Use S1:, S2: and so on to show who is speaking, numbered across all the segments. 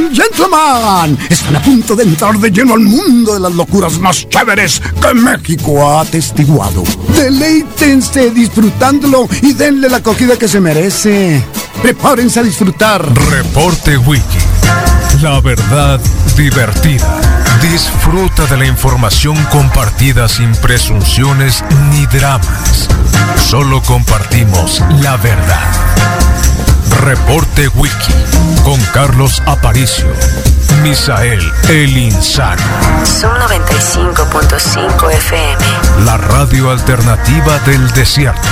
S1: and gentlemen, están a punto de entrar de lleno al mundo de las locuras más chéveres que México ha atestiguado. Deleítense disfrutándolo y denle la acogida que se merece. Prepárense a disfrutar.
S2: Reporte Wiki. La verdad divertida. Disfruta de la información compartida sin presunciones ni dramas. Solo compartimos la verdad. Reporte Wiki con Carlos Aparicio, Misael El Insano.
S3: Son 95.5 FM.
S2: La radio alternativa del desierto.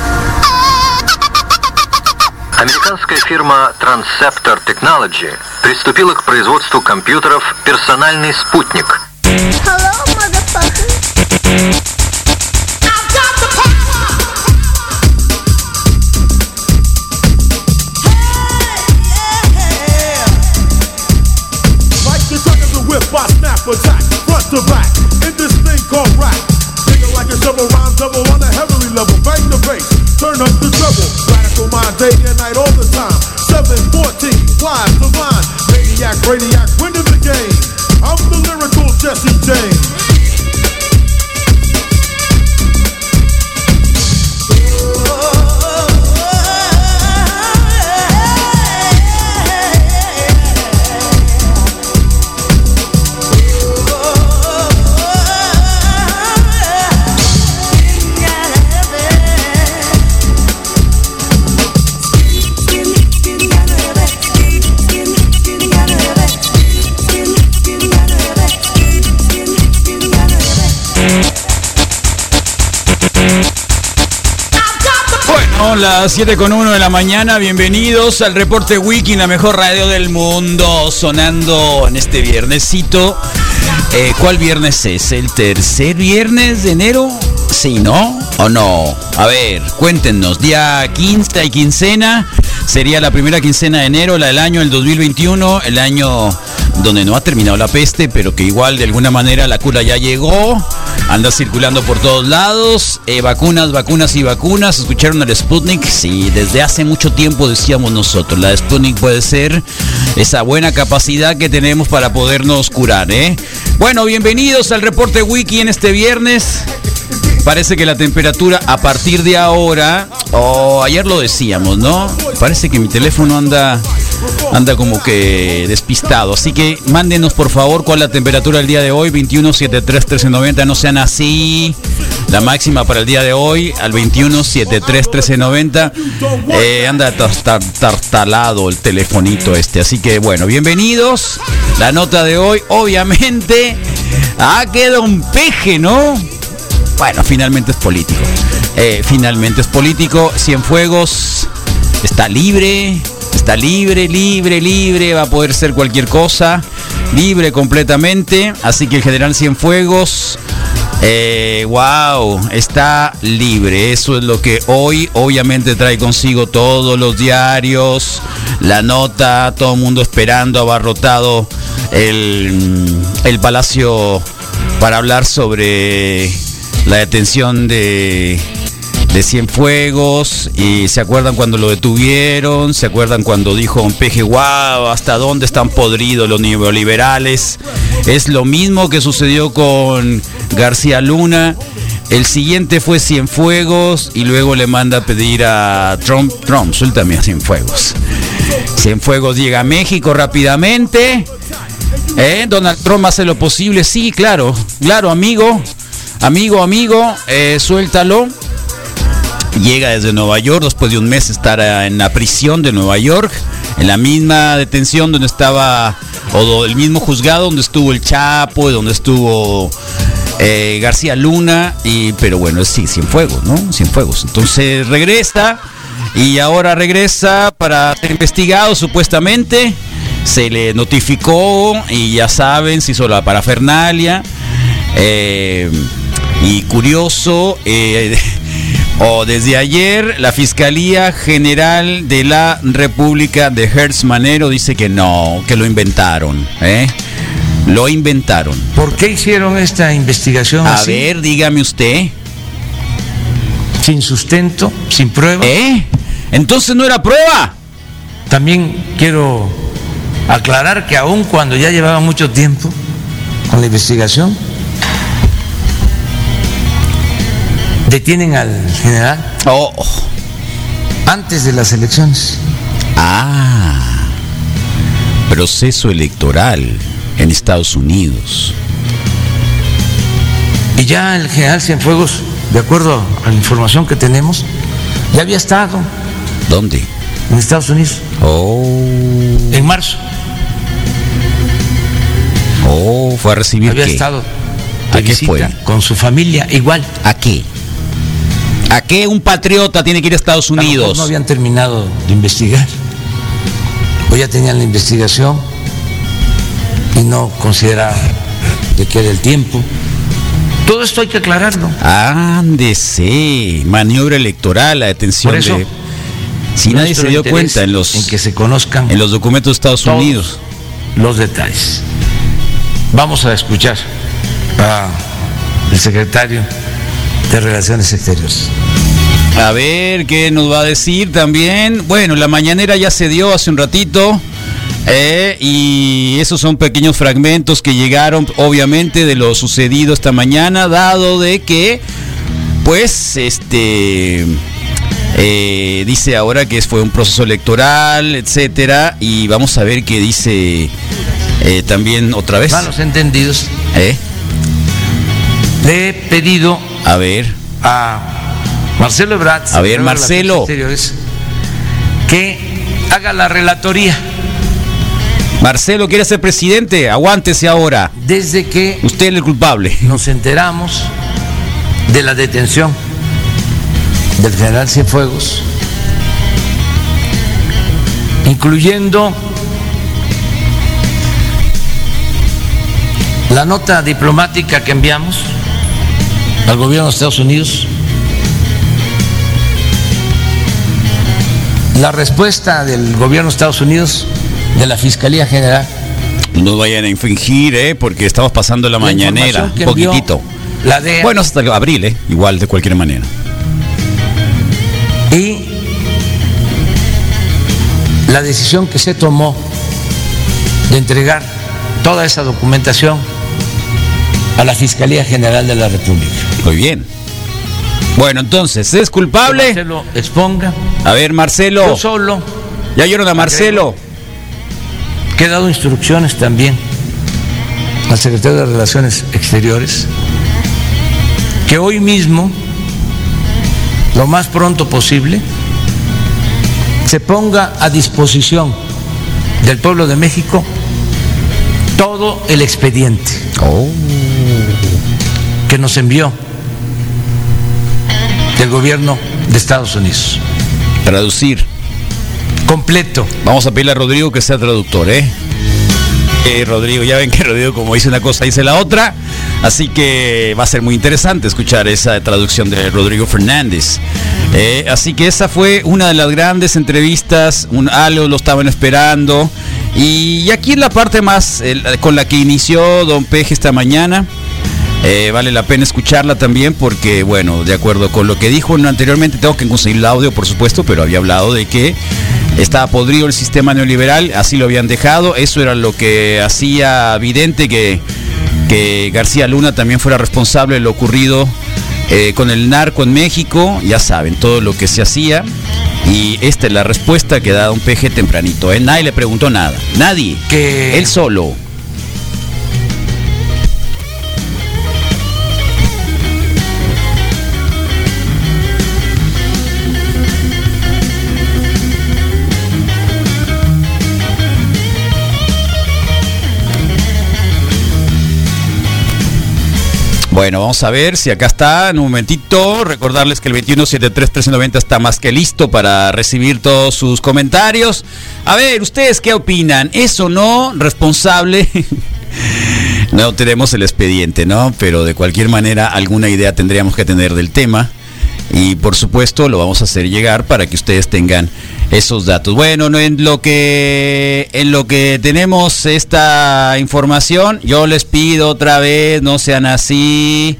S4: Американская фирма Transceptor Technology приступила к производству компьютеров «Персональный спутник».
S5: Hello, motherfucker. I've got the power. Hey, yeah.
S6: Like the tuck of the whip, I snap attack, front to back, in this thing called rap. Nigga like a double rhyme, double on a heavily level. Bang the bass, turn up the treble. Radical mind, day and night, all the time. 714, wise, divine. Maniac, radiac, winning the game. I'm the lyrical Jesse James.
S7: Son las 7:01 de la mañana, bienvenidos al Reporte Wiki, la mejor radio del mundo, sonando en este viernesito. ¿Cuál viernes es? ¿El tercer viernes de enero? ¿Sí, no? ¿O no? A ver, cuéntenos, día 15 hay quincena, sería la primera quincena de enero, la del año, el 2021, el año donde no ha terminado la peste, pero que igual de alguna manera la cura ya llegó, anda circulando por todos lados, vacunas y vacunas. ¿Escucharon el Sputnik? Sí, desde hace mucho tiempo decíamos nosotros, la Sputnik puede ser esa buena capacidad que tenemos para podernos curar, ¿eh? Bueno, bienvenidos al Reporte Wiki en este viernes. Parece que la temperatura a partir de ahora, ayer lo decíamos, ¿no? Parece que mi teléfono anda como que despistado. Así que mándenos por favor cuál es la temperatura del día de hoy, 2173-1390, no sean así. La máxima para el día de hoy, al 2173-1390. Anda tartalado el telefonito este. Así que bueno, bienvenidos. La nota de hoy, obviamente, queda un peje, ¿no? Bueno, finalmente es político. Cienfuegos está libre, va a poder ser cualquier cosa, libre completamente. Así que el general Cienfuegos, está libre. Eso es lo que hoy obviamente trae consigo todos los diarios, la nota, todo el mundo esperando, abarrotado el Palacio para hablar sobre la detención de Cienfuegos. Y se acuerdan cuando lo detuvieron, se acuerdan cuando dijo Don Peje, hasta dónde están podridos los neoliberales. Es lo mismo que sucedió con García Luna. El siguiente fue Cienfuegos y luego le manda a pedir a Trump, suéltame a Cienfuegos. Cienfuegos llega a México rápidamente. Donald Trump hace lo posible, sí, claro, amigo, suéltalo. Llega desde Nueva York después de un mes estar en la prisión de Nueva York, en la misma detención donde estaba, o el mismo juzgado donde estuvo el Chapo, donde estuvo García Luna, pero bueno, sí, Cienfuegos, ¿no? Cienfuegos. Entonces regresa, y ahora regresa para ser investigado supuestamente. Se le notificó y ya saben, se hizo la parafernalia. Y curioso, desde ayer la Fiscalía General de la República de Hertz Manero dice que no, que lo inventaron. Lo inventaron.
S8: ¿Por qué hicieron esta investigación así?
S7: A ver, dígame usted.
S8: Sin sustento, sin prueba.
S7: Entonces no era prueba.
S8: También quiero aclarar que aun cuando ya llevaba mucho tiempo con la investigación, detienen al general antes de las elecciones.
S7: Proceso electoral en Estados Unidos.
S8: Y ya el general Cienfuegos, de acuerdo a la información que tenemos, ya había estado.
S7: ¿Dónde?
S8: En Estados Unidos. En marzo.
S7: Fue a recibir.
S8: Había
S7: ¿qué?
S8: estado.
S7: ¿A qué fue?
S8: Con su familia, igual.
S7: ¿A qué? ¿A qué un patriota tiene que ir a Estados Unidos?
S8: A lo mejor no habían terminado de investigar, o ya tenían la investigación y no consideraban de que era el tiempo. Todo esto hay que aclararlo.
S7: Ándese, maniobra electoral, la detención.
S8: Por eso,
S7: de... Si nadie se dio cuenta en
S8: que se conozcan
S7: en los documentos de Estados Unidos
S8: los detalles. Vamos a escuchar al secretario de Relaciones Exteriores.
S7: A ver qué nos va a decir también. Bueno, la mañanera ya se dio hace un ratito. Y esos son pequeños fragmentos que llegaron obviamente de lo sucedido esta mañana, dado de que pues dice ahora que fue un proceso electoral, etcétera, y vamos a ver qué dice también otra vez.
S8: Malos entendidos. Le he pedido
S7: a
S8: Marcelo Ebrard,
S7: a ver, Marcelo,
S8: que haga la relatoría.
S7: Marcelo quiere ser presidente, aguántese ahora.
S8: Desde que
S7: usted es el culpable.
S8: Nos enteramos de la detención del general Cienfuegos, incluyendo la nota diplomática que enviamos al gobierno de Estados Unidos, la respuesta del gobierno de Estados Unidos, de la Fiscalía General.
S7: No vayan a infringir, porque estamos pasando la mañanera, un poquitito.
S8: La DEA.
S7: Bueno, hasta abril, igual de cualquier manera.
S8: Y la decisión que se tomó de entregar toda esa documentación a la Fiscalía General de la República.
S7: Muy bien. Bueno, entonces, ¿es culpable?
S8: Que Marcelo exponga.
S7: A ver, Marcelo.
S8: Yo solo.
S7: ¿Ya oyeron a Marcelo?
S8: Que he dado instrucciones también al secretario de Relaciones Exteriores que hoy mismo, lo más pronto posible, se ponga a disposición del pueblo de México todo el expediente que nos envió del gobierno de Estados Unidos.
S7: Traducir
S8: completo.
S7: Vamos a pedirle a Rodrigo que sea traductor, Rodrigo, ya ven que Rodrigo, como dice una cosa, dice la otra. Así que va a ser muy interesante escuchar esa traducción de Rodrigo Fernández. Así que esa fue una de las grandes entrevistas, algo lo estaban esperando. Y aquí en la parte más con la que inició don Peje esta mañana, vale la pena escucharla también porque, bueno, de acuerdo con lo que dijo anteriormente, tengo que conseguir el audio, por supuesto, pero había hablado de que estaba podrido el sistema neoliberal, así lo habían dejado. Eso era lo que hacía evidente que García Luna también fuera responsable de lo ocurrido con el narco en México. Ya saben, todo lo que se hacía. Y esta es la respuesta que da don Peje tempranito. Nadie le preguntó nada, nadie, él solo. Bueno, vamos a ver si acá está en un momentito. Recordarles que el 2173-1390 está más que listo para recibir todos sus comentarios. A ver, ¿ustedes qué opinan? ¿Es o no responsable? No tenemos el expediente, ¿no? Pero de cualquier manera alguna idea tendríamos que tener del tema. Y por supuesto lo vamos a hacer llegar para que ustedes tengan esos datos. Bueno, en lo que tenemos esta información, yo les pido otra vez, no sean así.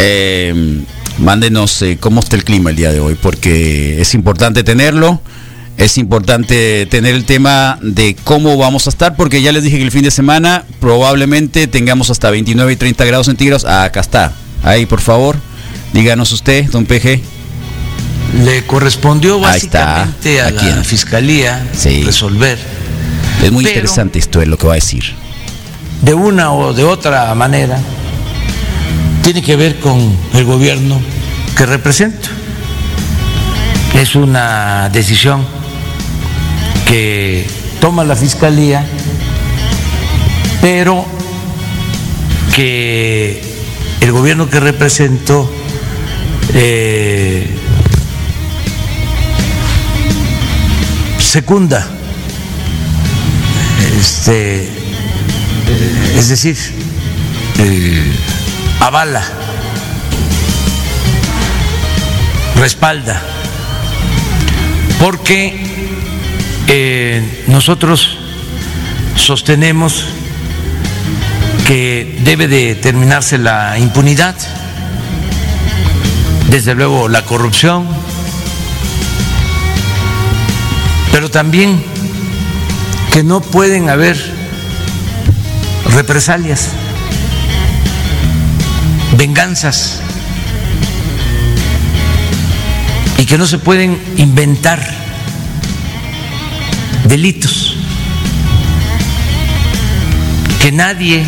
S7: Mándenos cómo está el clima el día de hoy, porque es importante tenerlo. es importante tener el tema de cómo vamos a estar, porque ya les dije que el fin de semana probablemente tengamos hasta 29 y 30 grados centígrados. Acá está. Ahí, por favor, díganos usted, don PG.
S8: Le correspondió básicamente a la Fiscalía resolver.
S7: Es muy interesante esto es lo que va a decir.
S8: De una o de otra manera, tiene que ver con el gobierno que represento. Es una decisión que toma la Fiscalía, pero que el gobierno que represento secunda, es decir, avala, respalda, porque nosotros sostenemos que debe de terminarse la impunidad, desde luego la corrupción, pero también que no pueden haber represalias, venganzas, y que no se pueden inventar delitos, que nadie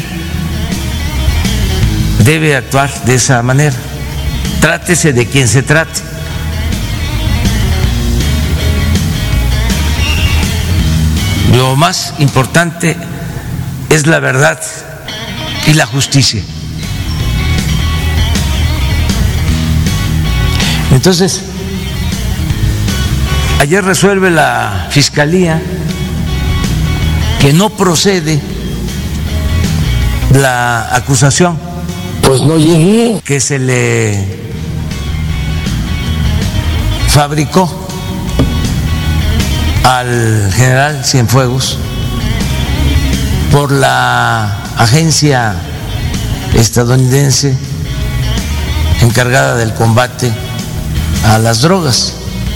S8: debe actuar de esa manera, trátese de quien se trate. Lo más importante es la verdad y la justicia. Entonces, ayer resuelve la Fiscalía que no procede la acusación, pues no llegué, que se le fabricó al general Cienfuegos por la agencia estadounidense encargada del combate a las drogas.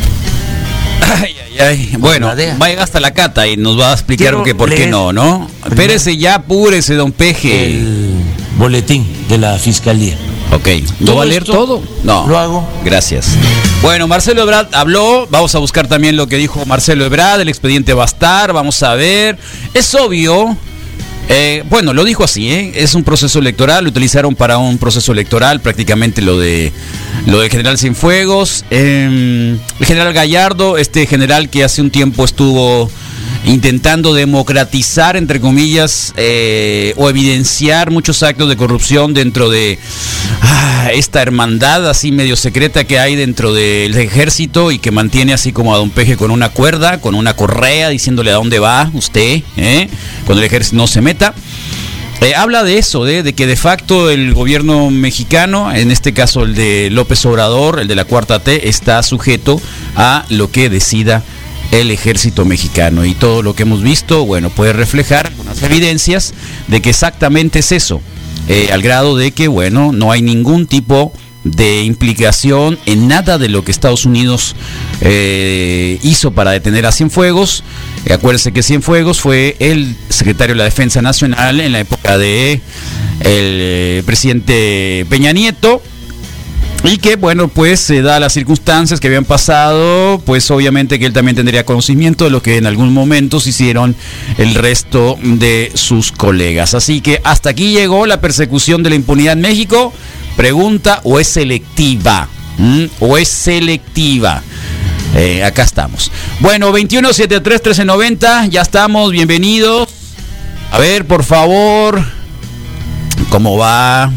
S7: Bueno, va a llegar hasta la Cata y nos va a explicar por qué no. Espérese ya, apúrese, don Peje.
S8: El boletín de la Fiscalía.
S7: Ok, ¿lo va a leer todo? No.
S8: Lo hago.
S7: Gracias. Bueno, Marcelo Ebrard habló, vamos a buscar también lo que dijo Marcelo Ebrard, el expediente va a estar, vamos a ver. Es obvio, bueno, lo dijo así, es un proceso electoral, lo utilizaron para un proceso electoral, prácticamente lo del general Cienfuegos. El general Gallardo, este general que hace un tiempo estuvo intentando democratizar, entre comillas, o evidenciar muchos actos de corrupción dentro de esta hermandad así medio secreta que hay dentro del ejército, y que mantiene así como a don Peje con una cuerda, con una correa, diciéndole a dónde va usted, cuando el ejército no se meta. Habla de eso, de que de facto el gobierno mexicano, en este caso el de López Obrador, el de la Cuarta T, está sujeto a lo que decida el ejército mexicano, y todo lo que hemos visto, bueno, puede reflejar algunas evidencias de que exactamente es eso, al grado de que, bueno, no hay ningún tipo de implicación en nada de lo que Estados Unidos hizo para detener a Cienfuegos. Acuérdense que Cienfuegos fue el secretario de la Defensa Nacional en la época de el presidente Peña Nieto, y que, bueno, pues da las circunstancias que habían pasado, pues obviamente que él también tendría conocimiento de lo que en algún momento se hicieron el resto de sus colegas. Así que hasta aquí llegó la persecución de la impunidad en México. Pregunta, ¿o es selectiva? ¿O es selectiva? Acá estamos. Bueno, 2173-1390, ya estamos, bienvenidos. A ver, por favor, ¿cómo va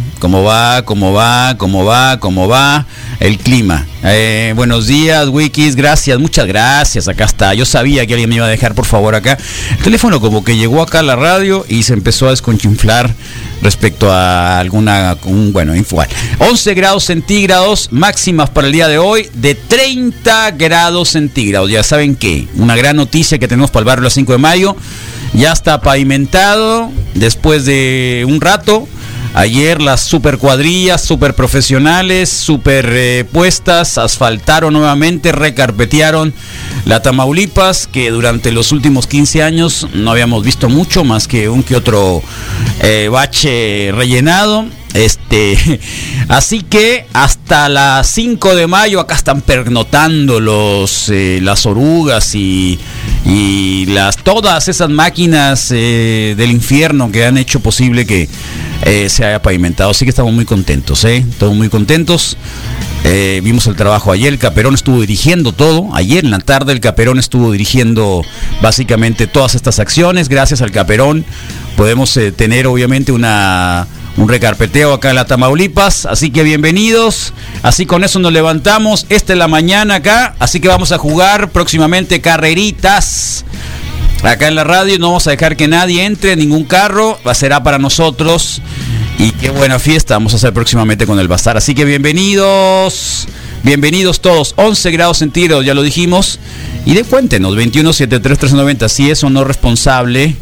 S7: el clima? Buenos días, Wikis, gracias, muchas gracias, acá está. Yo sabía que alguien me iba a dejar, por favor, acá. El teléfono como que llegó acá a la radio y se empezó a desconchinflar respecto a info. 11 grados centígrados, máximas para el día de hoy de 30 grados centígrados. Ya saben que una gran noticia que tenemos para el barrio las 5 de mayo, ya está pavimentado después de un rato. Ayer las super cuadrillas, super profesionales, super puestas, asfaltaron nuevamente, recarpetearon la Tamaulipas, que durante los últimos 15 años no habíamos visto mucho más que un que otro bache rellenado. Así que hasta las 5 de mayo acá están pernotando las orugas y todas esas máquinas del infierno que han hecho posible que se haya pavimentado. Así que estamos muy contentos, estamos muy contentos. Vimos el trabajo ayer, el Caperón estuvo dirigiendo todo. Ayer en la tarde el Caperón estuvo dirigiendo básicamente todas estas acciones. Gracias al Caperón podemos tener obviamente un recarpeteo acá en la Tamaulipas, así que bienvenidos. Así con eso nos levantamos. Esta es la mañana acá, así que vamos a jugar próximamente carreritas acá en la radio. No vamos a dejar que nadie entre, ningún carro, será para nosotros. Y qué buena fiesta vamos a hacer próximamente con el Bazar. Así que bienvenidos todos. 11 grados centígrados, ya lo dijimos. Y cuéntenos, 2173-1390, si es o no responsable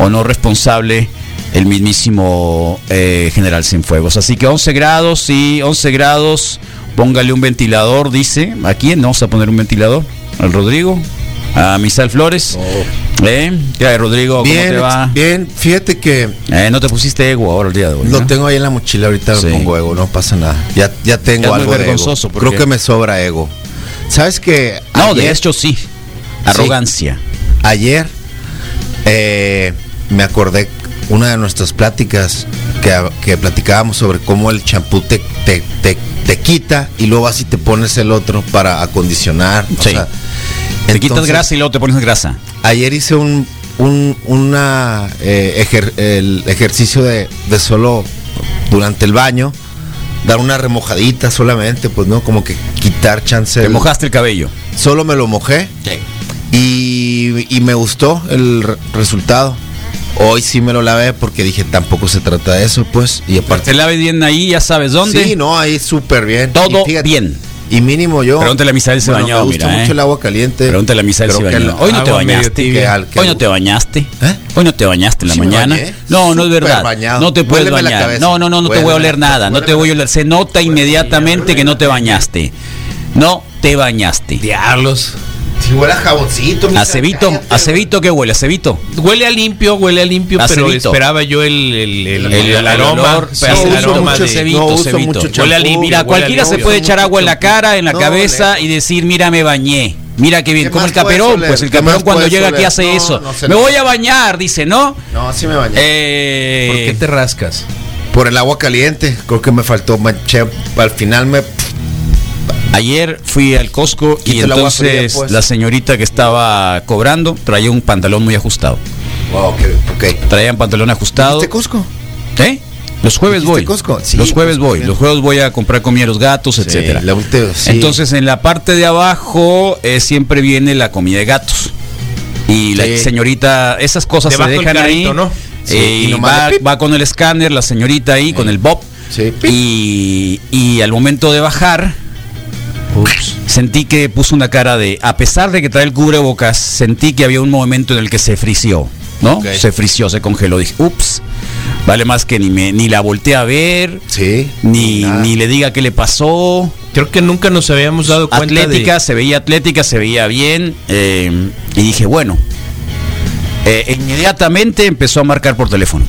S7: el mismísimo General Cienfuegos. Así que 11 grados, sí, 11 grados. Póngale un ventilador, dice. ¿A quién? ¿No vamos a poner un ventilador? ¿Al Rodrigo? ¿A Misael Flores? ¿Qué hay, Rodrigo? ¿Cómo te va?
S9: Bien, fíjate que...
S7: no te pusiste ego ahora el día de hoy,
S9: Lo tengo ahí en la mochila, ahorita sí. Me pongo ego, no pasa nada. Ya tengo algo de ego. Creo que me sobra ego. ¿Sabes qué?
S7: No, de hecho sí. Arrogancia.
S9: Sí. Ayer me acordé una de nuestras pláticas que platicábamos sobre cómo el champú te quita y luego así te pones el otro para acondicionar.
S7: Sí. O sea, te quitas grasa y luego te pones grasa.
S9: Ayer hice el ejercicio de solo durante el baño dar una remojadita solamente, pues no, como que quitar chance.
S7: ¿Te mojaste el cabello?
S9: Solo me lo mojé.
S7: Sí.
S9: Y me gustó el resultado. Hoy sí me lo lavé porque dije, tampoco se trata de eso, pues. Y aparte,
S7: te laves bien ahí, ya sabes dónde.
S9: Sí, no, ahí súper bien.
S7: Todo bien.
S9: Y mínimo yo.
S7: Pregúntale a Misael si se bañó.
S9: Me gusta mucho el agua caliente.
S7: Pregúntale a Misael si bañó. Hoy no te bañaste. Hoy no te bañaste. Hoy no te bañaste en la mañana. No, no es verdad.
S9: Bañado.
S7: No te puedes bañar. No te voy a oler nada. No te voy a oler. Se nota inmediatamente que no te bañaste. No te bañaste.
S9: Diablos. Si huele a jaboncito.
S7: Acebito, ¿qué huele? ¿Acebito?
S10: Huele a limpio, pero esperaba yo el aroma.
S7: Huele a limpio. Mira, cualquiera se puede echar agua en la cara, en la cabeza y decir, mira, me bañé. Mira qué bien, como el Caperón, pues el Caperón cuando llega aquí hace eso. Me voy a bañar, dice, ¿no?
S9: No, sí me bañé.
S10: ¿Por qué te rascas?
S9: Por el agua caliente, creo que me faltó, al final
S7: Ayer fui al Costco y entonces fría, pues. La señorita que estaba cobrando traía un pantalón muy ajustado.
S9: Okay.
S7: Traía un pantalón ajustado.
S9: ¿Viste Costco?
S7: Los jueves voy.
S9: Sí,
S7: los jueves voy. Los jueves voy a comprar comida a los gatos, etcétera.
S9: Sí.
S7: Entonces en la parte de abajo siempre viene la comida de gatos. Y la señorita, esas cosas debajo se dejan carrito, ahí. ¿No? Y va con el escáner, la señorita ahí, con el bob.
S9: Sí.
S7: Y al momento de bajar, sentí que puso una cara de, a pesar de que trae el cubrebocas, sentí que había un momento en el que se frició, ¿no? Se frició, se congeló. Dije, vale más que ni la volteé a ver, ni le diga qué le pasó.
S10: Creo que nunca nos habíamos dado cuenta.
S7: Se veía atlética, se veía bien, y dije, bueno, inmediatamente empezó a marcar por teléfono.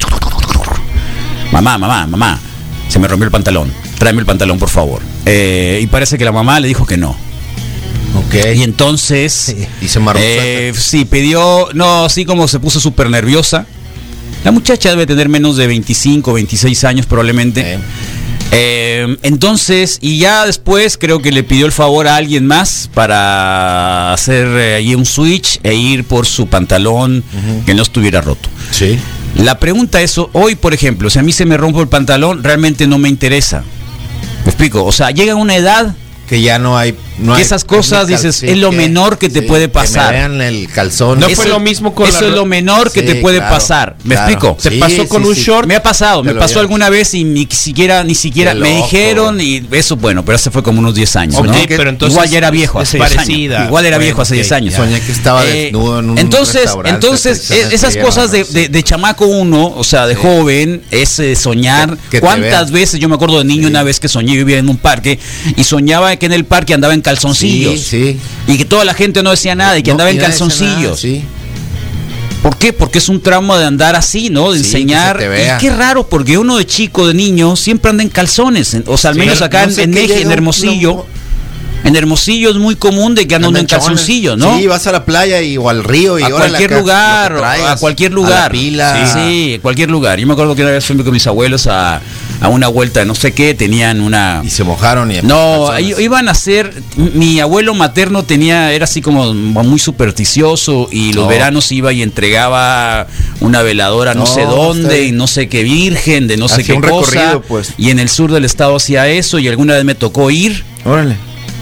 S7: Mamá, se me rompió el pantalón, tráeme el pantalón por favor. Y parece que la mamá le dijo que no. Y entonces
S9: y se marró.
S7: Sí, pidió, no, así como se puso súper nerviosa. La muchacha debe tener menos de 25, 26 años probablemente. Entonces, y ya después creo que le pidió el favor a alguien más para hacer ahí un switch e ir por su pantalón que no estuviera roto.
S9: Sí.
S7: La pregunta es, hoy por ejemplo, si a mí se me rompe el pantalón, realmente no me interesa. ¿Me explico? O sea, llega una edad
S9: que ya no hay
S7: que esas cosas, dices, es lo menor que te puede pasar.
S9: Que me vean el calzón.
S10: No fue lo mismo con
S7: eso es lo menor que te puede pasar. ¿Me explico?
S10: ¿Te pasó con un short?
S7: Me ha pasado, me pasó alguna vez y ni siquiera me dijeron y eso, bueno, pero hace fue como unos 10 años, ¿no?
S10: Pero entonces
S7: igual ya era viejo hace 10 años. Igual era viejo hace 10 años.
S9: Soñé que estaba desnudo en un restaurante.
S7: Entonces esas cosas de chamaco uno, o sea, de joven, es soñar. ¿Cuántas veces? Yo me acuerdo de niño una vez que soñé, yo vivía en un parque y soñaba que en el parque andaba en calzoncillos. Y que toda la gente no decía nada y que andaba en calzoncillos. ¿Por qué? Porque es un trauma de andar así, ¿no? De enseñar. Y qué raro, porque uno de chico, de niño, siempre anda en calzones. O sea, al menos acá en Hermosillo. En Hermosillo es muy común de que anda uno en calzoncillos, ¿no?
S9: Sí, vas a la playa o al río y
S7: a cualquier lugar, a cualquier lugar.
S9: A la pila.
S7: Sí, cualquier lugar. Yo me acuerdo que una vez fui con mis abuelos a una vuelta de no sé qué, tenían una...
S9: Y se mojaron y...
S7: No, iban a hacer... Mi abuelo materno era así como muy supersticioso y los veranos iba y entregaba una veladora no sé dónde y no sé qué virgen, de no sé qué cosa. Pues. Y en el sur del estado hacía eso y alguna vez me tocó ir.
S9: Órale.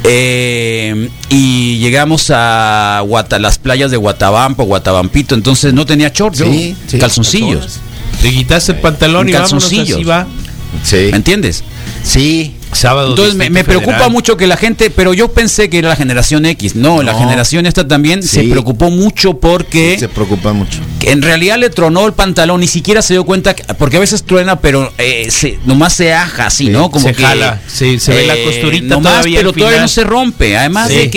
S7: Y llegamos a las playas de Guatabampito, entonces no tenía short, calzoncillos.
S10: Te quitaste el pantalón y
S7: calzoncillos.
S9: Sí.
S7: ¿Me entiendes?
S9: Sí.
S10: Sábado.
S7: Entonces me preocupa mucho que la gente, pero yo pensé que era la generación X. No, la generación esta también se preocupó mucho porque...
S9: Se preocupa mucho.
S7: En realidad le tronó el pantalón, ni siquiera se dio cuenta, porque a veces truena, pero nomás se aja así, ¿no? Como
S10: se
S7: que
S10: jala, se ve la costurita
S7: nomás,
S10: todavía,
S7: pero todavía no se rompe. Además de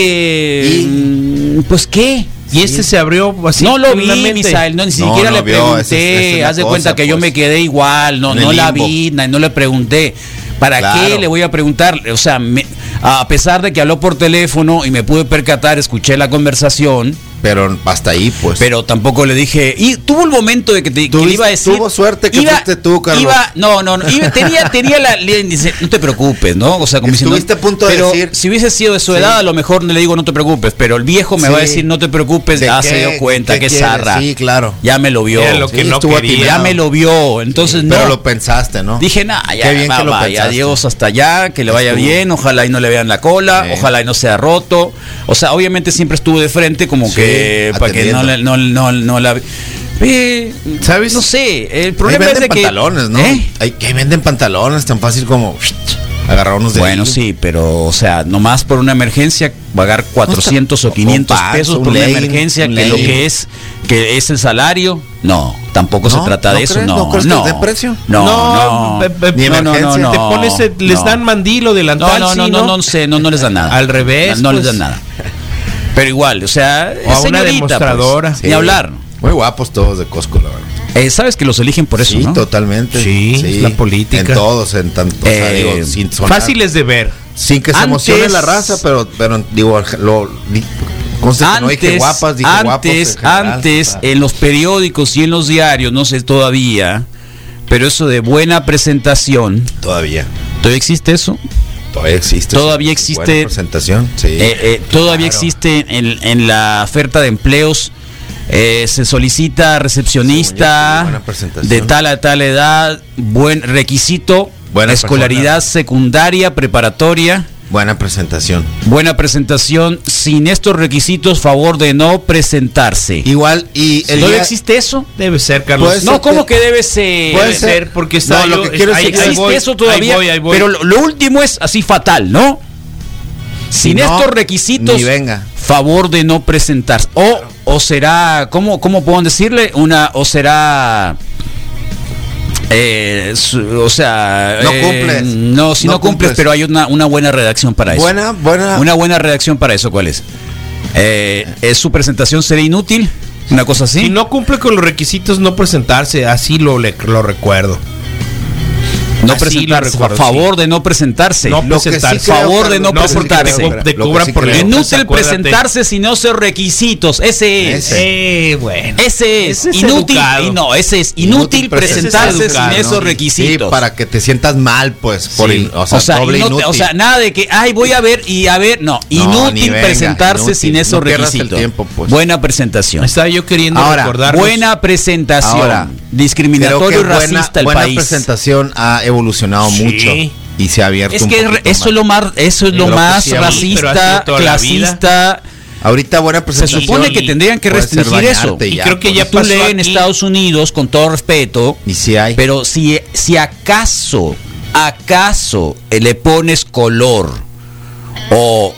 S7: que... Pues, ¿qué?
S10: Y se abrió así.
S7: No lo vi, Misael, ni siquiera le pregunté. Haz de cuenta que yo me quedé igual, no la vi, no le pregunté. ¿Para qué le voy a preguntar? O sea, a pesar de que habló por teléfono y me pude percatar, escuché la conversación.
S9: Pero hasta ahí, pues.
S7: Pero tampoco le dije. Y tuvo el momento de que le iba a decir.
S9: Tuvo suerte que fuiste tú, Carlos.
S7: Tenía la. Dice, no te preocupes, ¿no? O sea, como diciendo.
S9: Estuviste a punto de decir.
S7: Si hubiese sido de su edad, a lo mejor le digo no te preocupes. Pero el viejo me va a decir no te preocupes. Ya se dio cuenta, que zarra.
S9: Sí, claro.
S7: Ya me lo vio.
S10: Era lo que no quería.
S7: Ya me lo vio. Entonces no.
S9: Pero lo pensaste, ¿no?
S7: Dije, ya,
S9: bien que lo pensaste.
S7: Adiós hasta allá, que le vaya bien. Ojalá y no le vean la cola. Ojalá y no sea roto. O sea, obviamente siempre estuvo de frente, como que para que no la
S9: ¿sabes?
S7: No sé, el problema es de que
S9: pantalones, ¿no? Que venden pantalones tan fácil como agarrar unos de
S7: sí, pero o sea, nomás por una emergencia pagar 400 o 500 pesos por una emergencia, que lo que es el salario, no, tampoco se trata de eso,
S9: ¿No crees que es de precio?
S7: No,
S9: ni emergencia.
S10: Te pones, les dan mandil o delantal,
S7: no les dan nada.
S10: Al revés,
S7: no les dan nada. Pero igual, o sea,
S10: o a una demostradora.
S7: Pues, ni hablar.
S9: Muy guapos todos de Costco, la verdad.
S7: Sabes que los eligen por eso,
S9: sí,
S7: ¿no?
S9: Totalmente.
S10: Sí, es la política.
S9: En todos, en tanto. Sin sonar,
S10: fáciles de ver.
S9: Sin que se emocione la raza, pero digo, no dije guapas, dije guapos.
S7: Antes, en los periódicos y en los diarios, no sé todavía, pero eso de buena presentación.
S9: ¿Todavía
S7: existe eso?
S9: Todavía existe.
S7: Todavía existe.
S9: Buena presentación, sí.
S7: Todavía existe en la oferta de empleos. Se solicita recepcionista de tal a tal edad, buen requisito, buena escolaridad secundaria, preparatoria.
S9: Buena presentación.
S7: Sin estos requisitos, favor de no presentarse.
S9: Igual, y
S7: ¿no existe eso?
S10: Debe ser, Carlos.
S7: No, ¿cómo que debe ser?
S10: Puede ser, porque está.
S9: No, lo que quiero
S7: decir existe eso todavía.
S10: Ahí voy.
S7: Pero lo último es así fatal, ¿no? Sin estos requisitos,
S9: ni venga.
S7: Favor de no presentarse. O será, ¿cómo puedo decirle? Si no cumples, pero hay una buena redacción para eso. Una buena redacción para eso, ¿cuál es? ¿Su presentación será inútil? Una cosa así.
S10: Si no cumple con los requisitos, no presentarse, así lo recuerdo.
S7: No presentarse, favor de no presentarse. Favor de no presentarse. Inútil presentarse sin esos requisitos. Ese es. Ese es inútil. Ese es inútil presentarse sin esos requisitos.
S9: Sí, para que te sientas mal, pues.
S7: O sea, nada de que, voy a ver y a ver. No, inútil presentarse sin esos requisitos. Buena presentación.
S10: Estaba yo queriendo recordar.
S7: Buena presentación. Discriminatorio y racista el país.
S9: Buena presentación ha evolucionado mucho. y se ha abierto.
S7: Es que eso es lo más racista, clasista.
S9: Ahorita buena presentación.
S7: Se supone que tendrían que restringir eso.
S10: Y creo que ya
S7: tú lees en Estados Unidos, con todo respeto,
S9: y si hay.
S7: Pero si acaso le pones color o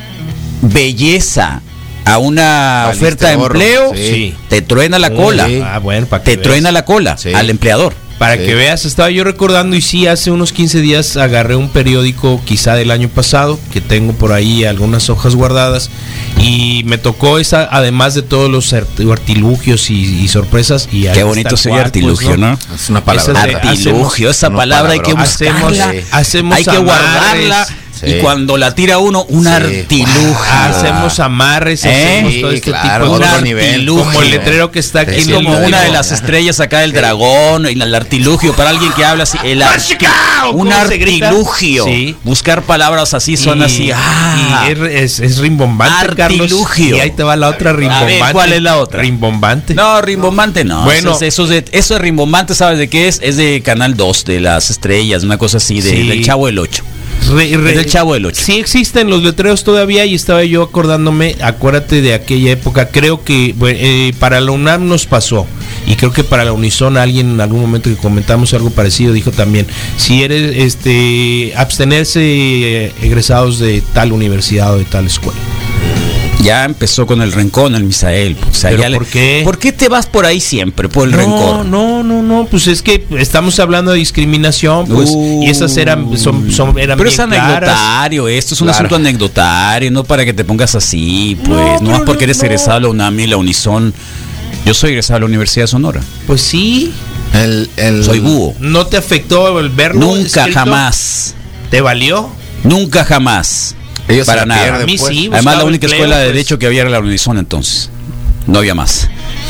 S7: belleza a una oferta de empleo, te truena la cola. Te truena la cola al empleador.
S10: Para que veas, estaba yo recordando, y sí, hace unos 15 días agarré un periódico quizá del año pasado, que tengo por ahí algunas hojas guardadas, y me tocó esa, además de todos los artilugios y sorpresas. Y
S7: qué bonito ese artilugio, ¿no?
S9: Es una palabra.
S7: Artilugio, esa palabra hay que buscarla, hay que guardarla. Sí. Y cuando la tira uno, un artilugio.
S10: Hacemos amarres, hacemos todo este tipo de artilugio. Como el letrero que está aquí.
S7: Es como una de las estrellas acá del dragón, y el artilugio, para alguien que habla así, un artilugio. Sí. Buscar palabras así son así.
S10: Es rimbombante,
S7: artilugio.
S10: Carlos. Y ahí te va la otra rimbombante.
S7: A ver, ¿cuál es la otra?
S10: Rimbombante.
S7: No, rimbombante no.
S10: Bueno,
S7: eso de rimbombante, ¿sabes de qué es? Es de Canal 2, de las estrellas, una cosa así, del Chavo del 8. Del Chavo del 8.
S10: Sí existen los letreros todavía, y estaba yo acordándome, acuérdate de aquella época, creo que para la UNAM nos pasó, y creo que para la Unison alguien en algún momento que comentamos algo parecido dijo también, si eres abstenerse egresados de tal universidad o de tal escuela.
S7: Ya empezó con el rencor, el Misael. O sea,
S10: ¿por qué?
S7: ¿Por qué te vas por ahí siempre, por el rencor?
S10: No, pues es que estamos hablando de discriminación, pues, y esas eran
S7: pero bien es anecdotario, claras. Esto es un asunto anecdotario, no para que te pongas así, pues, no es porque eres egresado a la UNAM y la Unison. Yo soy egresado a la Universidad de Sonora.
S10: Pues sí.
S7: Soy búho.
S10: ¿No te afectó el verlo?
S7: Nunca, jamás.
S10: ¿Te valió?
S7: Nunca, jamás.
S9: Ellos
S7: para nada.
S10: A mí sí.
S7: Además, la única escuela de derecho que había era la Unison, entonces no había más.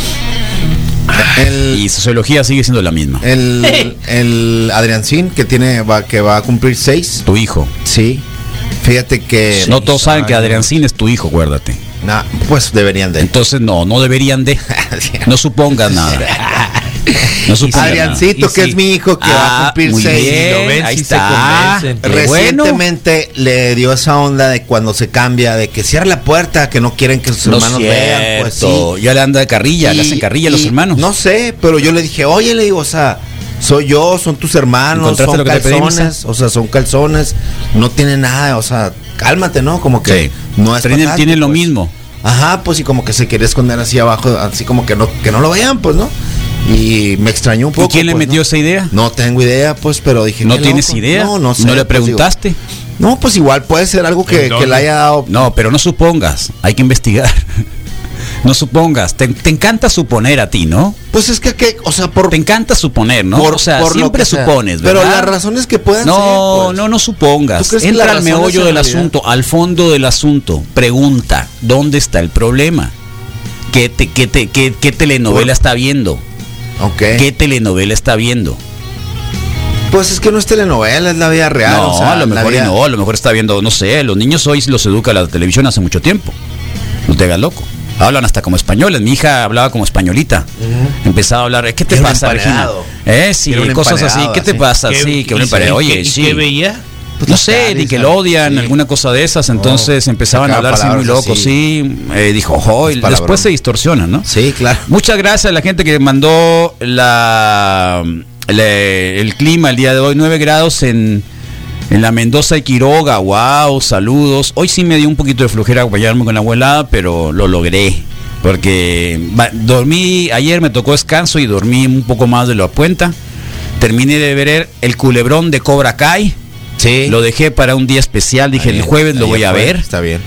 S7: Y sociología sigue siendo la misma.
S9: El Adriancín que va a cumplir 6.
S7: Tu hijo.
S9: Sí. Fíjate que
S7: no todos saben que Adriancín es tu hijo, acuérdate.
S9: Nah, pues deberían de.
S7: Entonces no deberían de. No supongas nada.
S9: Adriancito, que es mi hijo, que va a cumplir 6.
S7: Ahí está.
S9: Recientemente le dio esa onda de cuando se cambia, de que cierra la puerta, que no quieren que sus hermanos vean. Pues sí.
S7: Ya le anda de carrilla, le hacen carrilla a los hermanos.
S9: No sé, pero yo le dije, oye, le digo, o sea, soy yo, son tus hermanos, son calzones, o sea, son calzones, no tiene nada, o sea, cálmate, ¿no? Como que no es
S7: fatal, tiene lo mismo.
S9: Ajá, pues, y como que se quiere esconder así abajo, así como que no lo vean, pues, ¿no? Y me extrañó un poco.
S7: ¿Y quién le metió esa idea?
S9: No tengo idea, pues, pero dije,
S7: ¿no tienes idea?
S9: No sé.
S7: ¿No le preguntaste?
S9: Pues, digo, no, pues igual puede ser algo que le haya dado.
S7: No, pero no supongas, hay que investigar. No supongas, te encanta suponer a ti, ¿no?
S9: Pues es que o sea, te
S7: encanta suponer, ¿no? O sea, siempre supones, ¿verdad?
S9: Pero las razones que puedan ser, pues.
S7: No supongas. Entra al meollo del asunto, al fondo del asunto. Pregunta, ¿dónde está el problema? ¿Qué telenovela está viendo?
S9: Okay.
S7: ¿Qué telenovela está viendo?
S9: Pues es que no es telenovela, es la vida real.
S7: No,
S9: o sea,
S7: a lo mejor a lo mejor está viendo, no sé, los niños hoy los educa la televisión hace mucho tiempo. No te hagas loco. Hablan hasta como españoles. Mi hija hablaba como españolita. Empezaba a hablar, ¿qué te pasa, Regina? Sí, cosas así. ¿Qué te pasa? Sí, que un emparedado. Oye, sí.
S10: ¿Qué veía?
S7: Pues no sé, Nickelodeon, alguna cosa de esas. Entonces empezaban a hablar así muy locos, dijo, ojo, y después se distorsionan, ¿no?
S9: Sí, claro.
S7: Muchas gracias a la gente que mandó el clima el día de hoy, 9 grados en la Mendoza y Quiroga. Wow, saludos. Hoy sí me dio un poquito de flojera bañarme con la abuelada, pero lo logré. Porque dormí, ayer me tocó descanso y dormí un poco más de la cuenta. Terminé de ver el culebrón de Cobra Kai.
S9: Sí.
S7: Lo dejé para un día especial, dije el jueves lo voy a ver.
S9: Está bien.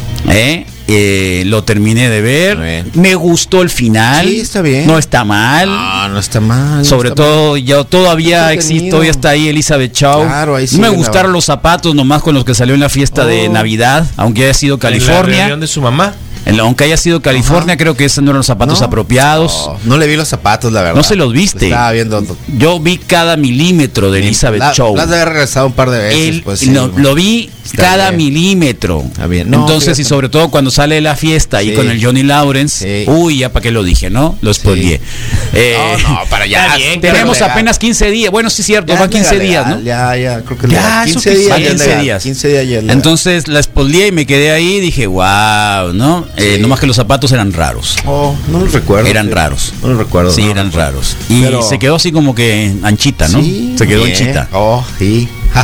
S7: Lo terminé de ver. Me gustó el final.
S9: Sí, está bien.
S7: No está mal.
S9: No está mal.
S7: Sobre todo, ya todavía existe, todavía está ahí Elizabeth Shaw.
S9: Claro, ahí sí.
S7: Me gustaron los zapatos nomás con los que salió en la fiesta de Navidad, aunque haya sido California.
S10: ¿En la reunión de su mamá?
S7: Aunque haya sido California, creo que esos no eran los zapatos apropiados.
S9: No le vi los zapatos, la verdad.
S7: No se los viste.
S9: Estaba viendo.
S7: Yo vi cada milímetro de Elizabeth Chow.
S9: Las de haber regresado un par de veces. Pues, sí,
S7: lo vi cada milímetro.
S9: Está bien. No,
S7: entonces, y sobre todo cuando sale de la fiesta ahí con el Johnny Lawrence, ya para qué lo dije, ¿no? Lo spoileé.
S9: No, para ya.
S7: Tenemos apenas 15 días. Bueno, sí es cierto, van 15 días, ¿no?
S9: Ya, creo que
S7: ya,
S9: 15 días.
S7: 15 días ayer. Entonces la spoileé y me quedé ahí y dije, wow, ¿no? Nomás que los zapatos eran raros.
S9: No los recuerdo.
S7: Eran raros.
S9: No los recuerdo.
S7: Sí, eran raros. Y se quedó así como que anchita, ¿no?
S9: Sí,
S7: se quedó anchita.
S9: Sí.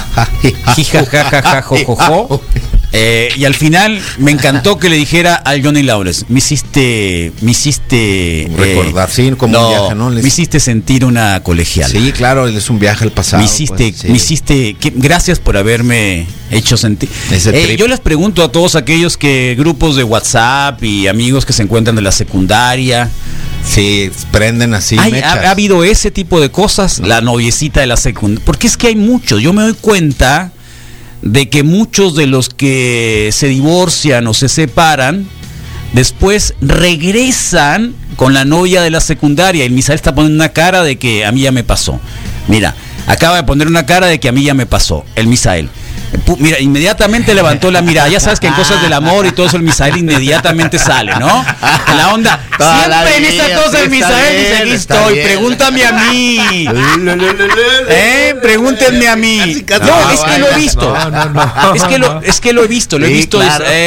S7: Y al final me encantó que le dijera al Johnny Lawrence, me hiciste
S9: recordar, como un viaje, ¿no?
S7: Me hiciste sentir una colegiala.
S9: Sí, claro, es un viaje al pasado.
S7: Me hiciste gracias por haberme hecho sentir. Yo les pregunto a todos aquellos grupos de WhatsApp y amigos que se encuentran de la secundaria.
S9: Sí, prenden así.
S7: ¿Ha habido ese tipo de cosas? La noviecita de la secundaria. Porque es que hay muchos. Yo me doy cuenta de que muchos de los que se divorcian o se separan, después regresan con la novia de la secundaria. Y el Misael está poniendo una cara de que a mí ya me pasó. Mira, acaba de poner una cara de que a mí ya me pasó. El Misael. Mira, inmediatamente levantó la mirada. Ya sabes que en cosas del amor y todo eso el Misael inmediatamente sale, ¿no? La onda. Siempre en esta cosa el Misael dice, aquí estoy, pregúntame a mí. Pregúntenme a mí. No, es que lo he visto. Es que lo he visto. Lo he visto.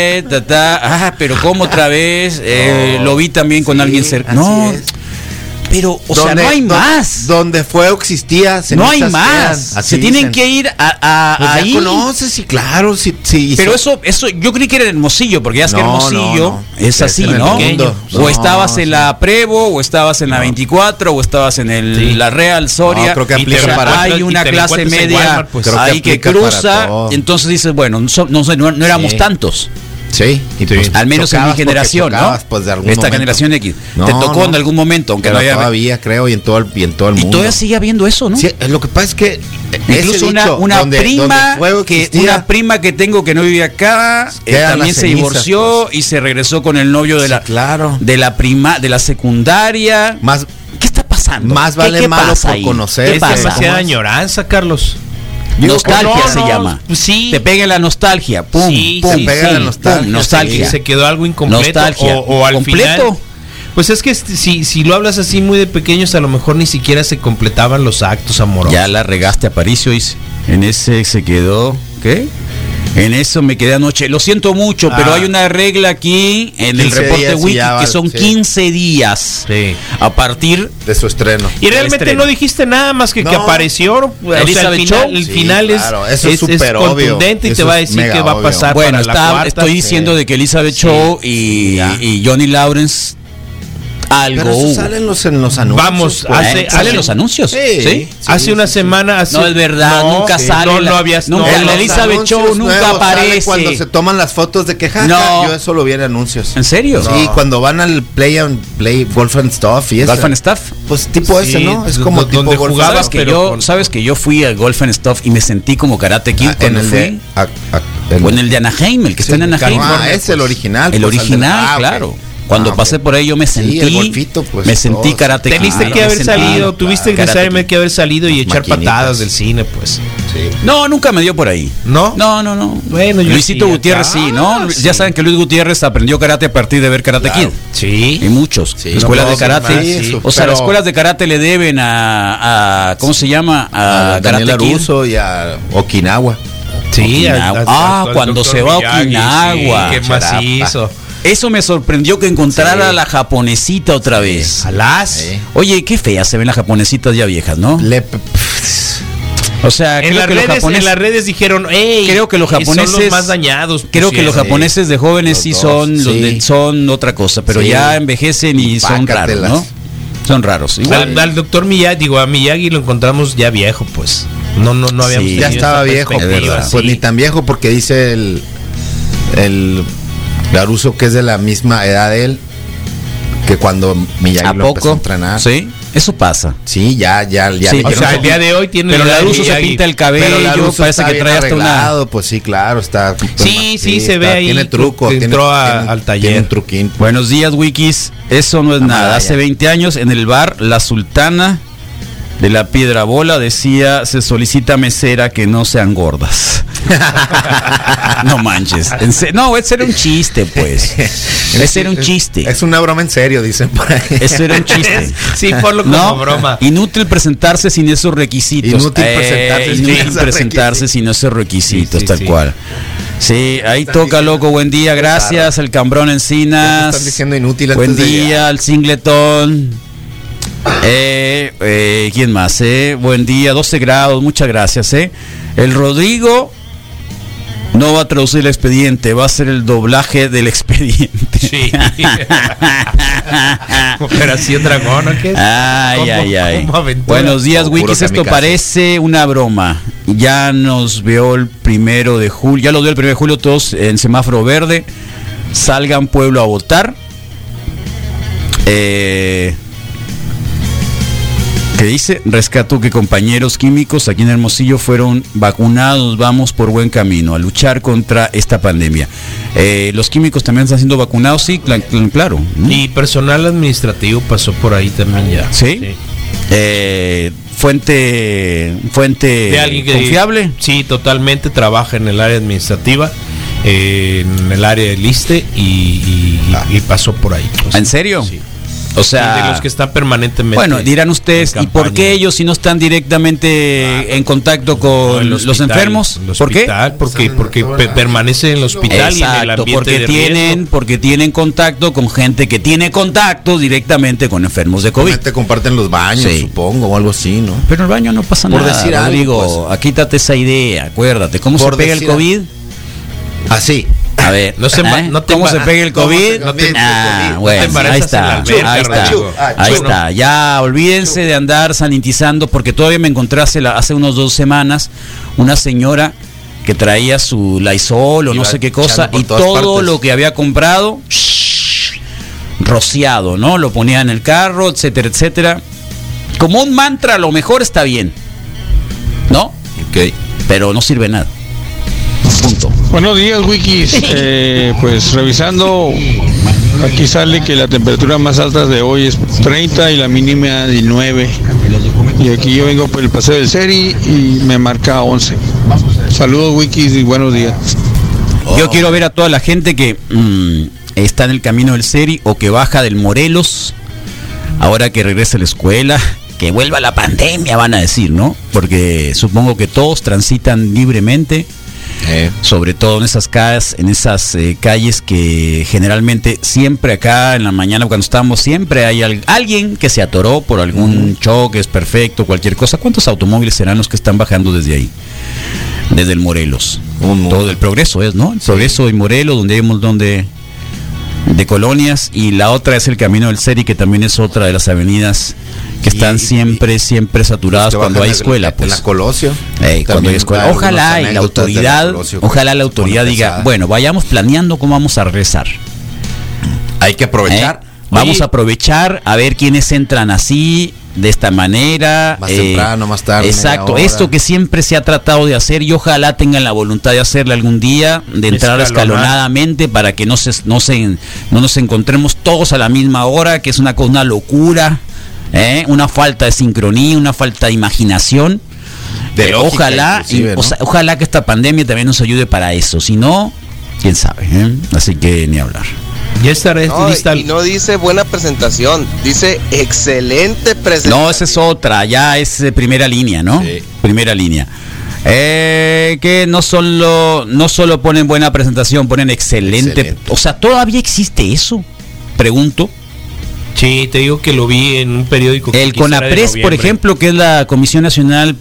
S7: Pero ¿cómo otra vez? Lo vi también con alguien cerca. No. Pero, no hay más.
S9: Donde fue o existía.
S7: No hay más. Se tienen que ir ahí.
S9: Ya conoces, sí, claro. Sí,
S7: pero eso, yo creí que era Hermosillo, porque ya es que Hermosillo es así, ¿no? O estabas en la Prevo, o estabas en la 24, o estabas en la Real Soria.
S9: Creo que aplica para
S7: hay una clase media ahí que cruza. Entonces dices, bueno, no éramos tantos.
S9: Sí, y
S7: pues, al menos en mi generación, ¿no?
S9: Pues, de
S7: esta momento. Generación X. Te tocó en algún momento, aunque
S9: no haya... Todavía, creo, y en todo el mundo.
S7: Y todavía sigue habiendo eso, ¿no?
S9: Sí, lo que pasa es que
S7: incluso una prima que tengo que no vive acá, también se divorció y se regresó con el novio de la secundaria. ¿Qué está pasando?
S9: Más vale malo por conocer.
S10: Es demasiada añoranza, Carlos.
S7: Nostalgia se llama. Sí. Te pega la nostalgia. Pum, pum,
S9: te pega la nostalgia.
S7: Nostalgia.
S10: Sí. Se quedó algo incompleto. O al final. Pues es que si lo hablas así muy de pequeños, a lo mejor ni siquiera se completaban los actos amorosos.
S7: Ya la regaste, Aparicio. En ese se quedó. ¿Qué? En eso me quedé anoche. Lo siento mucho, pero hay una regla aquí en el reporte Wiki que son 15 días a partir
S9: de su estreno.
S10: Y realmente no dijiste nada más que apareció. El final es súper
S9: contundente
S10: y te va a decir que va a pasar.
S7: Bueno, estoy diciendo de que Elizabeth Chow y Johnny Lawrence algo
S9: eso salen en los anuncios.
S10: Vamos,
S7: salen los anuncios.
S10: Sí. Hace una semana.
S7: No es verdad, nunca sale.
S10: El
S7: Elizabeth Chow nunca aparece.
S9: Cuando se toman las fotos de que yo eso lo vi en anuncios.
S7: ¿En serio?
S9: Sí, cuando van al Play Golf and Stuff y eso.
S7: Golf and Stuff.
S9: Pues tipo ese, ¿no? Es como tipo
S10: donde jugabas.
S7: Sabes que yo fui al Golf and Stuff y me sentí como Karate Kid cuando fui. O en el de Anaheim, el que está en Anaheim.
S9: Es el original.
S7: El original, claro. Cuando pasé por ahí yo me sentí Karate Kid.
S10: Teniste que haber salido, tuviste necesariamente que haber salido y echar patadas del cine, pues.
S7: Sí. No, nunca me dio por ahí.
S10: ¿No?
S7: No.
S10: Bueno,
S7: Luisito Gutiérrez sí, ¿no? Ya saben que Luis Gutiérrez aprendió karate a partir de ver Karate Kid.
S10: Sí.
S7: Y muchos. Escuelas de karate. O sea, las escuelas de karate le deben a ¿cómo se llama?
S9: A Daniel Aruso y a Okinawa.
S10: Sí,
S7: cuando se va a Okinawa.
S10: Qué macizo.
S7: Eso me sorprendió que encontrara a la japonesita otra vez. Oye, qué feas se ven las japonesitas ya viejas, ¿no? O sea,
S10: en las redes dijeron,
S7: creo que los japoneses
S10: son los más dañados.
S7: Creo que los japoneses de jóvenes son otra cosa, pero ya envejecen y son raros, ¿no? Son raros.
S10: Igual al doctor Miyagi, a Miyagi lo encontramos ya viejo, pues. No habíamos
S9: ya estaba viejo, pues ni tan viejo porque dice el Laruso que es de la misma edad de él que cuando Miyagi lo empezó a entrenar.
S7: Sí. Eso pasa.
S9: Sí, ya.
S10: Sí, o sea, el día de hoy tiene.
S7: Pero la Ruso se pinta el cabello, parece que trae hasta una.
S9: Pues sí, claro, está.
S10: Sí, se ve ahí.
S9: Tiene truco.
S10: Entró al taller.
S9: Tiene un truquín.
S7: Buenos días, Wikis. Eso no es nada. Hace 20 años en el bar La Sultana de la Piedra Bola decía: se solicita mesera que no sean gordas. No manches. No, ese era un chiste, pues. Ese era un chiste.
S9: Es una broma en serio, dicen por ahí.
S7: Eso era un chiste.
S10: Sí, ponlo como broma.
S7: Inútil presentarse sin esos requisitos.
S9: Inútil
S7: presentarse sin esos requisitos, tal cual. Sí, ahí toca, loco. Buen día, gracias al Cambrón Encinas.
S9: Están diciendo inútil.
S7: Buen día al Singleton. ¿Quién más? Buen día, 12 grados, muchas gracias. El Rodrigo no va a traducir el expediente, va a hacer el doblaje del expediente.
S10: Sí. Operación Dragón, ¿o qué?
S7: Ay. Buenos días, Wikis. Esto parece una broma. Ya nos vio el 1 de julio. Ya lo dio el 1 de julio todos en semáforo verde. Salgan, pueblo, a votar. Que dice: rescato que compañeros químicos aquí en Hermosillo fueron vacunados, vamos por buen camino a luchar contra esta pandemia. Los químicos también están siendo vacunados, sí, claro.
S10: Y personal administrativo pasó por ahí también ya.
S7: ¿Sí? Fuente
S10: de alguien
S7: confiable.
S10: Sí, totalmente, trabaja en el área administrativa, en el área del ISSSTE y pasó por ahí.
S7: Pues, ¿en serio?
S10: Sí.
S7: O sea,
S10: de los que están permanentemente.
S7: Bueno, dirán ustedes, ¿y por qué ellos si no están directamente en contacto con los enfermos?
S10: ¿Por qué? Porque permanecen en el hospital.
S7: Exacto,
S10: y en el ambiente
S7: porque tienen contacto con gente que tiene contacto directamente con enfermos de COVID.
S9: Te comparten los baños, supongo, o algo así, ¿no?
S7: Pero en el baño no pasa
S9: por
S7: nada.
S9: Decir algo,
S7: digo,
S9: pues.
S7: Quítate esa idea, acuérdate. ¿Cómo se pega el COVID?
S9: Así.
S7: A ver, ¿cómo se pega el COVID? Bueno, ahí está. Ya olvídense de andar sanitizando, porque todavía me encontré hace unos 2 semanas una señora que traía su Lysol o no sé qué cosa y todo partes. Lo que había comprado rociado, ¿no? Lo ponía en el carro, etcétera, etcétera. Como un mantra, a lo mejor está bien, ¿no?
S9: Ok.
S7: Pero no sirve nada. Punto.
S11: Buenos días, Wikis. Pues revisando, aquí sale que la temperatura más alta de hoy es 30 y la mínima 19. Y aquí yo vengo por el paseo del Seri y me marca 11. Saludos, Wikis, y buenos días.
S7: Yo quiero ver a toda la gente que está en el camino del Seri o que baja del Morelos, ahora que regresa a la escuela, que vuelva la pandemia, van a decir, ¿no? Porque supongo que todos transitan libremente. Sobre todo en esas calles que generalmente siempre acá en la mañana cuando estamos siempre hay alguien que se atoró por algún choque, es perfecto, cualquier cosa. ¿Cuántos automóviles serán los que están bajando desde ahí? Desde el Morelos. Todo el Progreso es, ¿no? El Progreso y Morelos, donde hay un montón de colonias, y la otra es el Camino del Seri, que también es otra de las avenidas que están siempre saturadas cuando hay escuela, pues.
S9: La Colosio.
S7: Cuando hay escuela. Ojalá la autoridad diga, bueno, vayamos planeando cómo vamos a regresar.
S9: Hay que aprovechar.
S7: Vamos a aprovechar a ver quiénes entran así, de esta manera.
S9: Más temprano, más tarde.
S7: Exacto, esto que siempre se ha tratado de hacer, y ojalá tengan la voluntad de hacerle algún día, de entrar escalonadamente para que no nos encontremos todos a la misma hora, que es una locura. Una falta de sincronía, una falta de imaginación. Ojalá que esta pandemia también nos ayude para eso. Si no, quién sabe, así que ni hablar.
S10: Ya estaré lista.
S12: Y no dice buena presentación, dice excelente presentación.
S7: No, esa es otra, ya es primera línea, ¿no? Sí. Primera línea. Que no solo ponen buena presentación, ponen excelente. O sea, ¿todavía existe eso? Pregunto.
S10: Sí, te digo que lo vi en un periódico.
S7: El CONAPRES, por ejemplo, que es la Comisión Nacional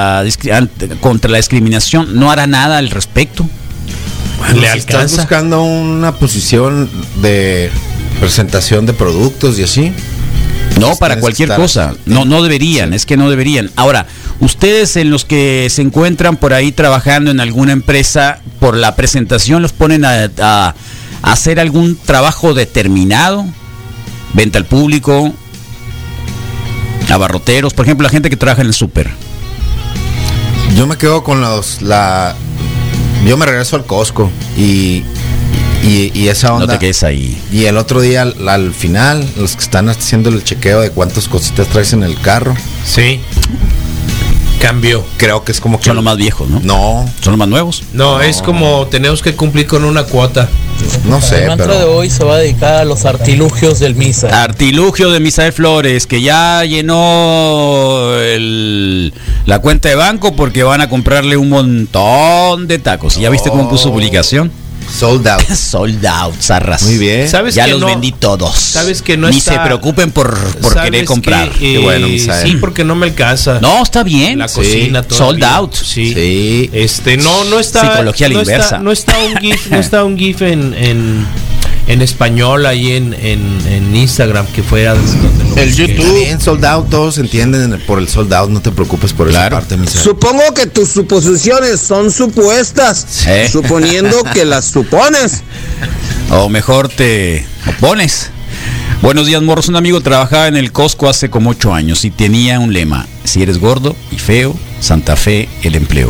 S7: contra la Discriminación, no hará nada al respecto.
S9: Bueno, si estás buscando una posición de presentación de productos y así.
S7: No, para cualquier cosa. No deberían, es que no deberían. Ahora, ustedes en los que se encuentran por ahí trabajando en alguna empresa, por la presentación los ponen a hacer algún trabajo determinado. Venta al público, Abarroteros, por ejemplo, la gente que trabaja en el súper.
S9: Yo me quedo con yo me regreso al Costco y esa onda.
S7: No te quedes ahí.
S9: Y el otro día al final, los que están haciendo el chequeo de cuántas cositas traes en el carro.
S10: Sí. Cambió.
S9: Creo que es como que
S7: son los más viejos, ¿no?
S9: No.
S7: ¿Son los más nuevos?
S10: No, es como tenemos que cumplir con una cuota.
S9: No sé,
S13: el mantra de hoy se va a dedicar a los artilugios del Misa.
S7: Artilugio de Misael Flores, que ya llenó la cuenta de banco porque van a comprarle un montón de tacos. ¿Y ya viste cómo puso su publicación?
S9: Sold out.
S7: Sold out, zarras.
S9: Muy bien.
S10: ¿Sabes
S7: ya
S10: que
S7: los vendí todos.
S10: Sabes que no
S7: Ni
S10: está...
S7: se preocupen por querer comprar.
S9: Qué bueno, Misael.
S10: Sí, porque no me alcanza.
S7: No, está bien.
S10: La cocina,
S7: sí. Sold out.
S10: Sí. No está.
S7: Psicología a la inversa.
S10: No está un GIF en español ahí en Instagram que fuera donde
S9: el YouTube. Bien, sold out, todos entienden por el sold out, no te preocupes por esa parte, Misael.
S12: Supongo que tus suposiciones son supuestas, suponiendo que las supones.
S7: O mejor te opones. Buenos días, morros. Un amigo trabajaba en el Costco hace como 8 años y tenía un lema: si eres gordo y feo, Santa Fe, el empleo.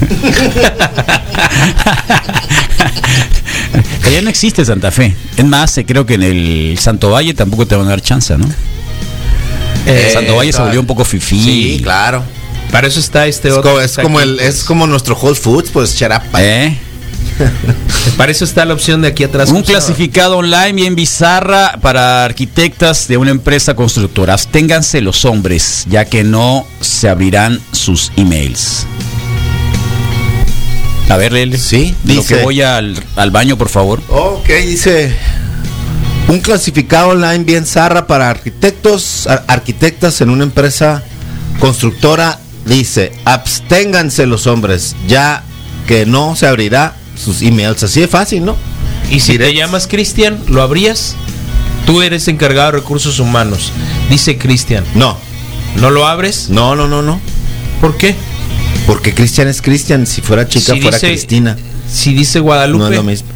S7: Ya no existe Santa Fe. Es más, creo que en el Santo Valle tampoco te van a dar chance, ¿no? Santo Valle se volvió un poco fifí.
S9: Sí, claro.
S10: Para eso está otro.
S9: Es como nuestro Whole Foods, pues charapa.
S10: Para eso está la opción de aquí atrás.
S7: Un clasificado online bien bizarra para arquitectas de una empresa constructora. Absténganse los hombres, ya que no se abrirán sus emails. A ver, Lele.
S9: Sí,
S7: dice. Lo que voy al baño, por favor.
S9: Ok, dice. Un clasificado online bien zarra para arquitectas en una empresa constructora. Dice, absténganse los hombres, ya que no se abrirá sus emails. Así de fácil, ¿no?
S10: Y si te llamas Cristian, ¿lo abrías? Tú eres encargado de recursos humanos. Dice Cristian.
S9: No.
S10: ¿No lo abres?
S9: No.
S10: ¿Por qué?
S9: Porque Cristian es Cristian. Si fuera chica, fuera Cristina.
S10: Si dice Guadalupe.
S9: No es lo mismo.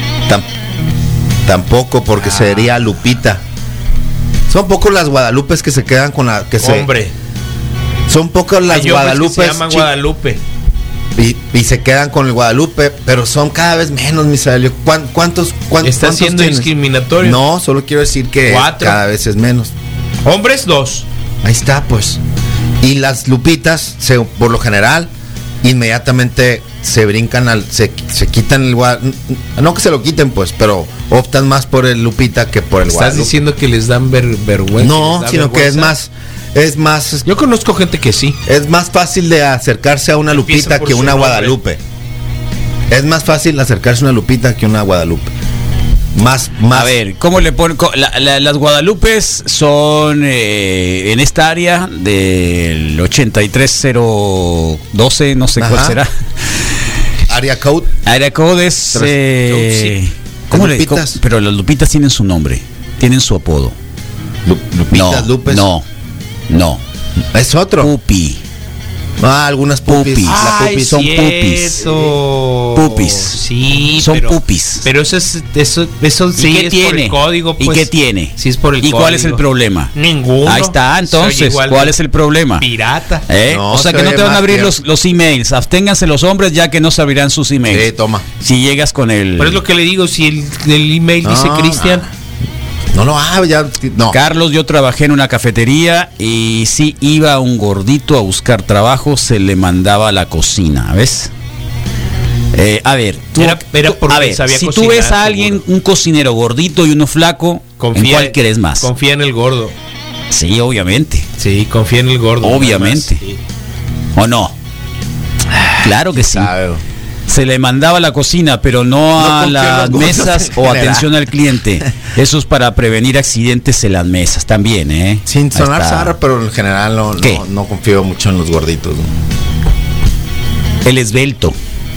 S9: Tampoco, porque sería Lupita. Son pocos las Guadalupes que se quedan con la que
S10: Hombre.
S9: Son pocas las Guadalupes.
S10: Se llaman Guadalupe.
S9: Y se quedan con el Guadalupe, pero son cada vez menos, Misael. ¿Cuántos
S10: ¿Está siendo
S9: tienes?
S10: Discriminatorio?
S9: No, solo quiero decir que
S10: 4.
S9: Cada vez es menos.
S10: Hombres 2.
S9: Ahí está, pues. Y las Lupitas, por lo general, inmediatamente se brincan se quitan el Guadalupe. No que se lo quiten, pues, pero optan más por el Lupita que por el Guadalupe.
S10: ¿Estás diciendo que les dan vergüenza?
S9: No, sino que es más.
S10: Yo conozco gente que sí.
S9: Es más fácil de acercarse a una Lupita que una Guadalupe. Es más fácil acercarse a una Lupita que una Guadalupe. Más.
S7: A ver, ¿cómo le ponen? Las Guadalupes son en esta área del 83012, no sé cuál será.
S9: Área code.
S7: Área code es. ¿Cómo le? Pero las Lupitas tienen su nombre, tienen su apodo.
S9: Lupitas, Lupes.
S7: No.
S9: Es otro.
S7: Pupi.
S9: Algunas pupis.
S7: Son pupis. Pupis.
S10: Sí,
S7: son pupis.
S10: Pero eso sí
S7: es
S10: por el código. Pues,
S7: ¿y qué tiene?
S10: Sí, es por el
S7: ¿Y
S10: código.
S7: cuál es el problema?
S10: Ninguno.
S7: Ahí está, entonces. ¿Cuál es el problema?
S10: Pirata.
S7: O sea que no te van a abrir los emails. Absténganse los hombres, ya que no se abrirán sus emails.
S9: Sí, toma.
S7: Si llegas con el.
S10: Pero es lo que le digo, si el email dice Cristian.
S9: No.
S7: Carlos, yo trabajé en una cafetería y si iba un gordito a buscar trabajo, se le mandaba a la cocina, ¿ves? A ver, si tú ves a alguien, un cocinero gordito y uno flaco, ¿en cuál quieres más?
S10: Confía en el gordo.
S7: Sí, obviamente.
S10: Sí, confía en el gordo.
S7: Obviamente. Sí. ¿O no? Claro que sí. Se le mandaba a la cocina, pero no a las mesas o atención al cliente. Eso es para prevenir accidentes en las mesas también, ¿eh?
S9: Sin sonar zarra, pero en general no confío mucho en los gorditos.
S7: El esbelto.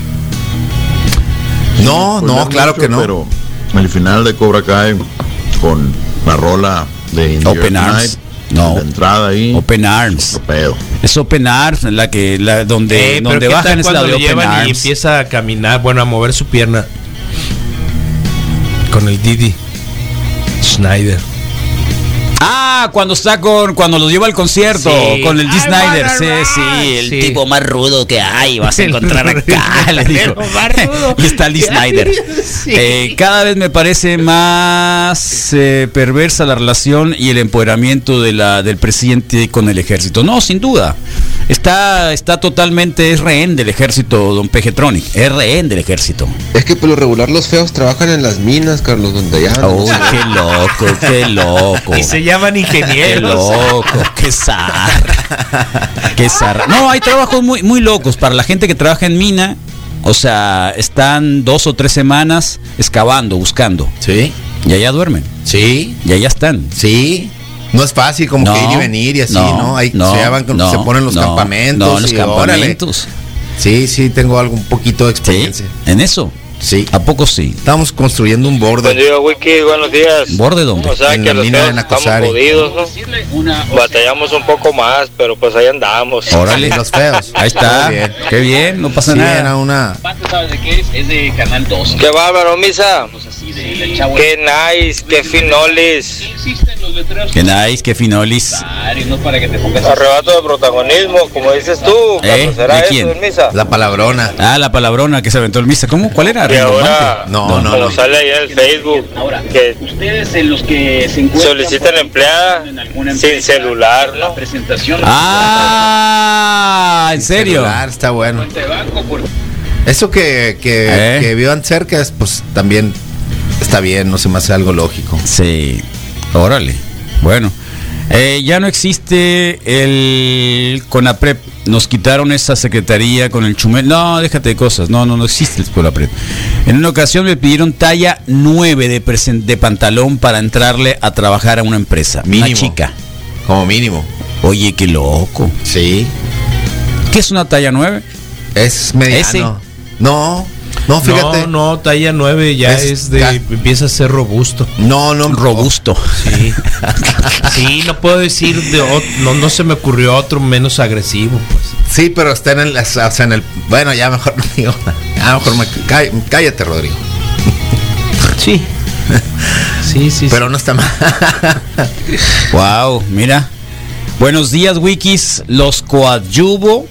S9: No, claro que no.
S14: Pero el final de Cobra Kai con la rola de
S7: Open Arms. No,
S14: la entrada ahí.
S7: Open Arms. Es Open Arms, donde bajan es la de Open Arms.
S10: Y empieza a caminar, a mover su pierna con el Didi Schneider.
S7: Cuando los lleva al concierto, con el Dee Snider, el tipo más rudo que hay, vas a encontrar acá, le dijo. Y está el Dee Snider. Cada vez me parece más perversa la relación y el empoderamiento del presidente con el ejército. No, sin duda. Está totalmente, es rehén del ejército, don Pejetronic, es rehén del ejército.
S15: Es que por lo regular los feos trabajan en las minas, Carlos, donde ya...
S7: Qué loco.
S10: Y se llaman ingenieros.
S7: Qué loco, qué zarra. No, hay trabajos muy, muy locos para la gente que trabaja en mina. O sea, están 2 o 3 semanas excavando, buscando.
S9: Sí.
S7: Y allá duermen.
S9: Sí.
S7: Y allá están.
S9: Sí. No es fácil como que ir y venir y así, ¿no? Se ponen los campamentos.
S7: Los campamentos.
S9: Órale. Sí, tengo un poquito de experiencia.
S7: ¿Sí? ¿En eso?
S9: Sí.
S7: ¿A poco sí?
S9: Estamos construyendo un borde.
S16: Buen día, Wiki, buenos días.
S7: ¿Borde dónde?
S16: O sea,
S9: en
S16: que
S9: la
S16: los
S9: mina de
S16: feos estamos
S9: Nacosari.
S16: jodidos, ¿no? Batallamos un poco más, pero pues ahí andamos.
S7: Órale,
S9: los feos.
S7: Ahí está.
S9: Bien.
S7: Qué bien, no pasa nada.
S9: Era una...
S13: ¿Sabes de qué es? Es de Canal 2.
S16: Qué bárbaro, Misa. Qué nice, qué finolis.
S7: Qué nice, qué finolis.
S16: Arrebato de protagonismo, como dices tú. Carlos, ¿será
S7: ¿de
S16: eso
S7: quién?
S16: el Misa?
S9: La palabrona.
S7: La palabrona que se aventó el Misa. ¿Cómo? ¿Cuál era?
S16: Y ahora,
S9: No.
S16: como sale ahí en el Facebook, que
S13: Ustedes en los que se encuentran
S16: solicitan empleada sin celular, ¿no?
S7: ¿En serio?
S9: Celular, está bueno. Eso que vivan cerca, pues también está bien, no se me hace algo lógico.
S7: Sí, órale. Bueno, ya no existe el CONAPREP. Nos quitaron esa secretaría con el Chumel. No, déjate de cosas. No existe el CONAPREP. En una ocasión me pidieron talla 9 de pantalón para entrarle a trabajar a una empresa.
S9: Mínimo.
S7: Una chica.
S9: Como mínimo.
S7: Oye, qué loco.
S9: Sí.
S7: ¿Qué es una talla 9?
S9: Es mediano. No, fíjate.
S10: No, talla 9 ya empieza a ser robusto.
S9: No.
S7: Robusto.
S10: Sí. Sí, no puedo decir no se me ocurrió otro menos agresivo, pues.
S9: Sí, pero está en el bueno, ya mejor no digo. Ya mejor cállate, Rodrigo.
S10: Sí. Sí.
S9: Pero no está mal.
S7: Wow, mira. Buenos días, Wikis. Los coadyuvo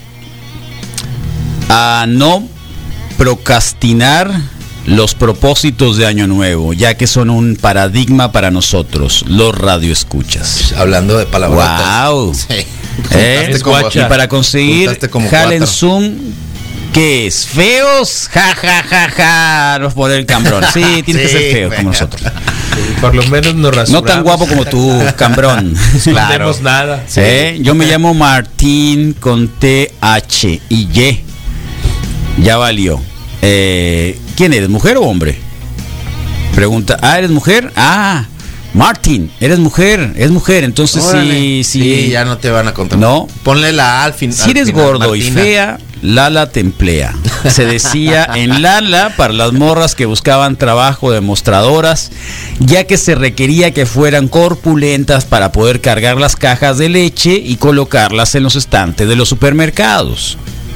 S7: a no procrastinar los propósitos de Año Nuevo, ya que son un paradigma para nosotros, los radioescuchas.
S9: Hablando de palabrotas.
S7: Wow.
S9: Sí.
S7: Y para conseguir Jalen Zoom, ¿qué es? ¿Feos? Ja. Nos pone el cambrón. Sí, tiene que ser feo como nosotros.
S10: Por lo menos nos rasuramos.
S7: No tan guapo como tú, cambrón.
S10: Claro. No tenemos nada.
S7: Yo me llamo Martín con TH y Y. Ya valió. ¿Quién eres? ¿Mujer o hombre? Pregunta. ¿Eres mujer? Martín, eres mujer. Es mujer. Entonces sí,
S9: ya no te van a contar.
S7: No.
S9: Ponle la al fin.
S7: Si eres gordo y fea, Lala te emplea. Se decía en Lala para las morras que buscaban trabajo de mostradoras, ya que se requería que fueran corpulentas para poder cargar las cajas de leche y colocarlas en los estantes de los supermercados.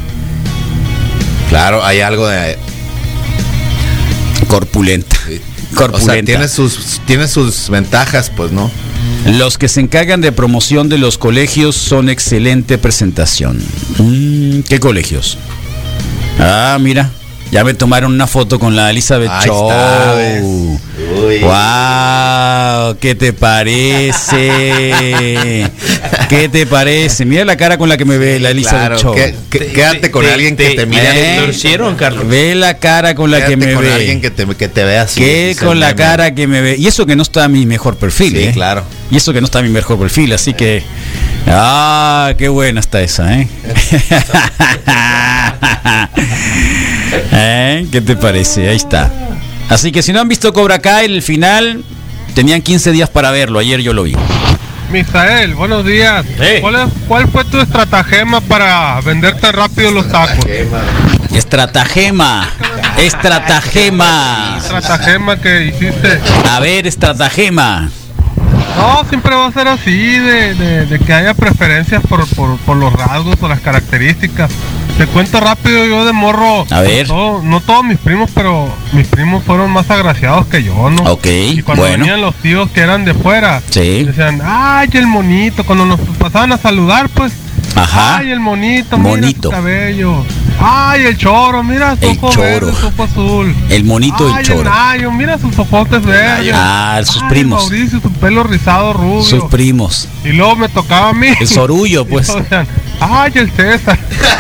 S9: Claro, hay algo de
S7: corpulenta.
S9: Corpulenta. O sea, tiene sus ventajas, pues, ¿no?
S7: Los que se encargan de promoción de los colegios son excelente presentación. ¿Qué colegios? Mira, ya me tomaron una foto con la Elizabeth Chow. ¡Wow! ¿Qué te parece? ¿Qué te parece? Mira la cara con la que me ve la Elizabeth Chow.
S9: Quédate con alguien que te mire.
S10: Lo hicieron, Carlos.
S7: Ve la cara con la que me ve.
S9: Con alguien que te vea así.
S7: Que con la cara que me ve. Y eso que no está a mi mejor perfil.
S9: Sí, claro.
S7: Y eso que no está a mi mejor perfil. Así que... qué buena está esa, ¿Qué te parece? Ahí está. Así que si no han visto Cobra Kai, el final, tenían 15 días para verlo. Ayer yo lo vi.
S17: Misael, buenos días. ¿Cuál fue tu estratagema para venderte rápido los tacos?
S7: Estratagema
S17: que hiciste.
S7: A ver, estratagema.
S17: No, siempre va a ser así, de que haya preferencias por los rasgos o las características. Te cuento rápido, yo de morro.
S7: A ver.
S17: No todos mis primos, pero mis primos fueron más agraciados que yo, ¿no?
S7: Ok,
S17: y cuando venían los tíos que eran de fuera,
S7: sí,
S17: decían, ay, el monito. Cuando nos pasaban a saludar, pues,
S7: ajá,
S17: ay, el monito, mira su cabello. Ay, el choro, mira su ojo verde, su ojo azul.
S7: El monito del choro.
S17: El Nayo, mira sus ojotes verdes.
S7: Ah, sus primos.
S17: Mauricio, su pelo rizado rubio.
S7: Sus primos.
S17: Y luego me tocaba a mí.
S7: El sorullo, pues.
S17: Decían, ay, el César.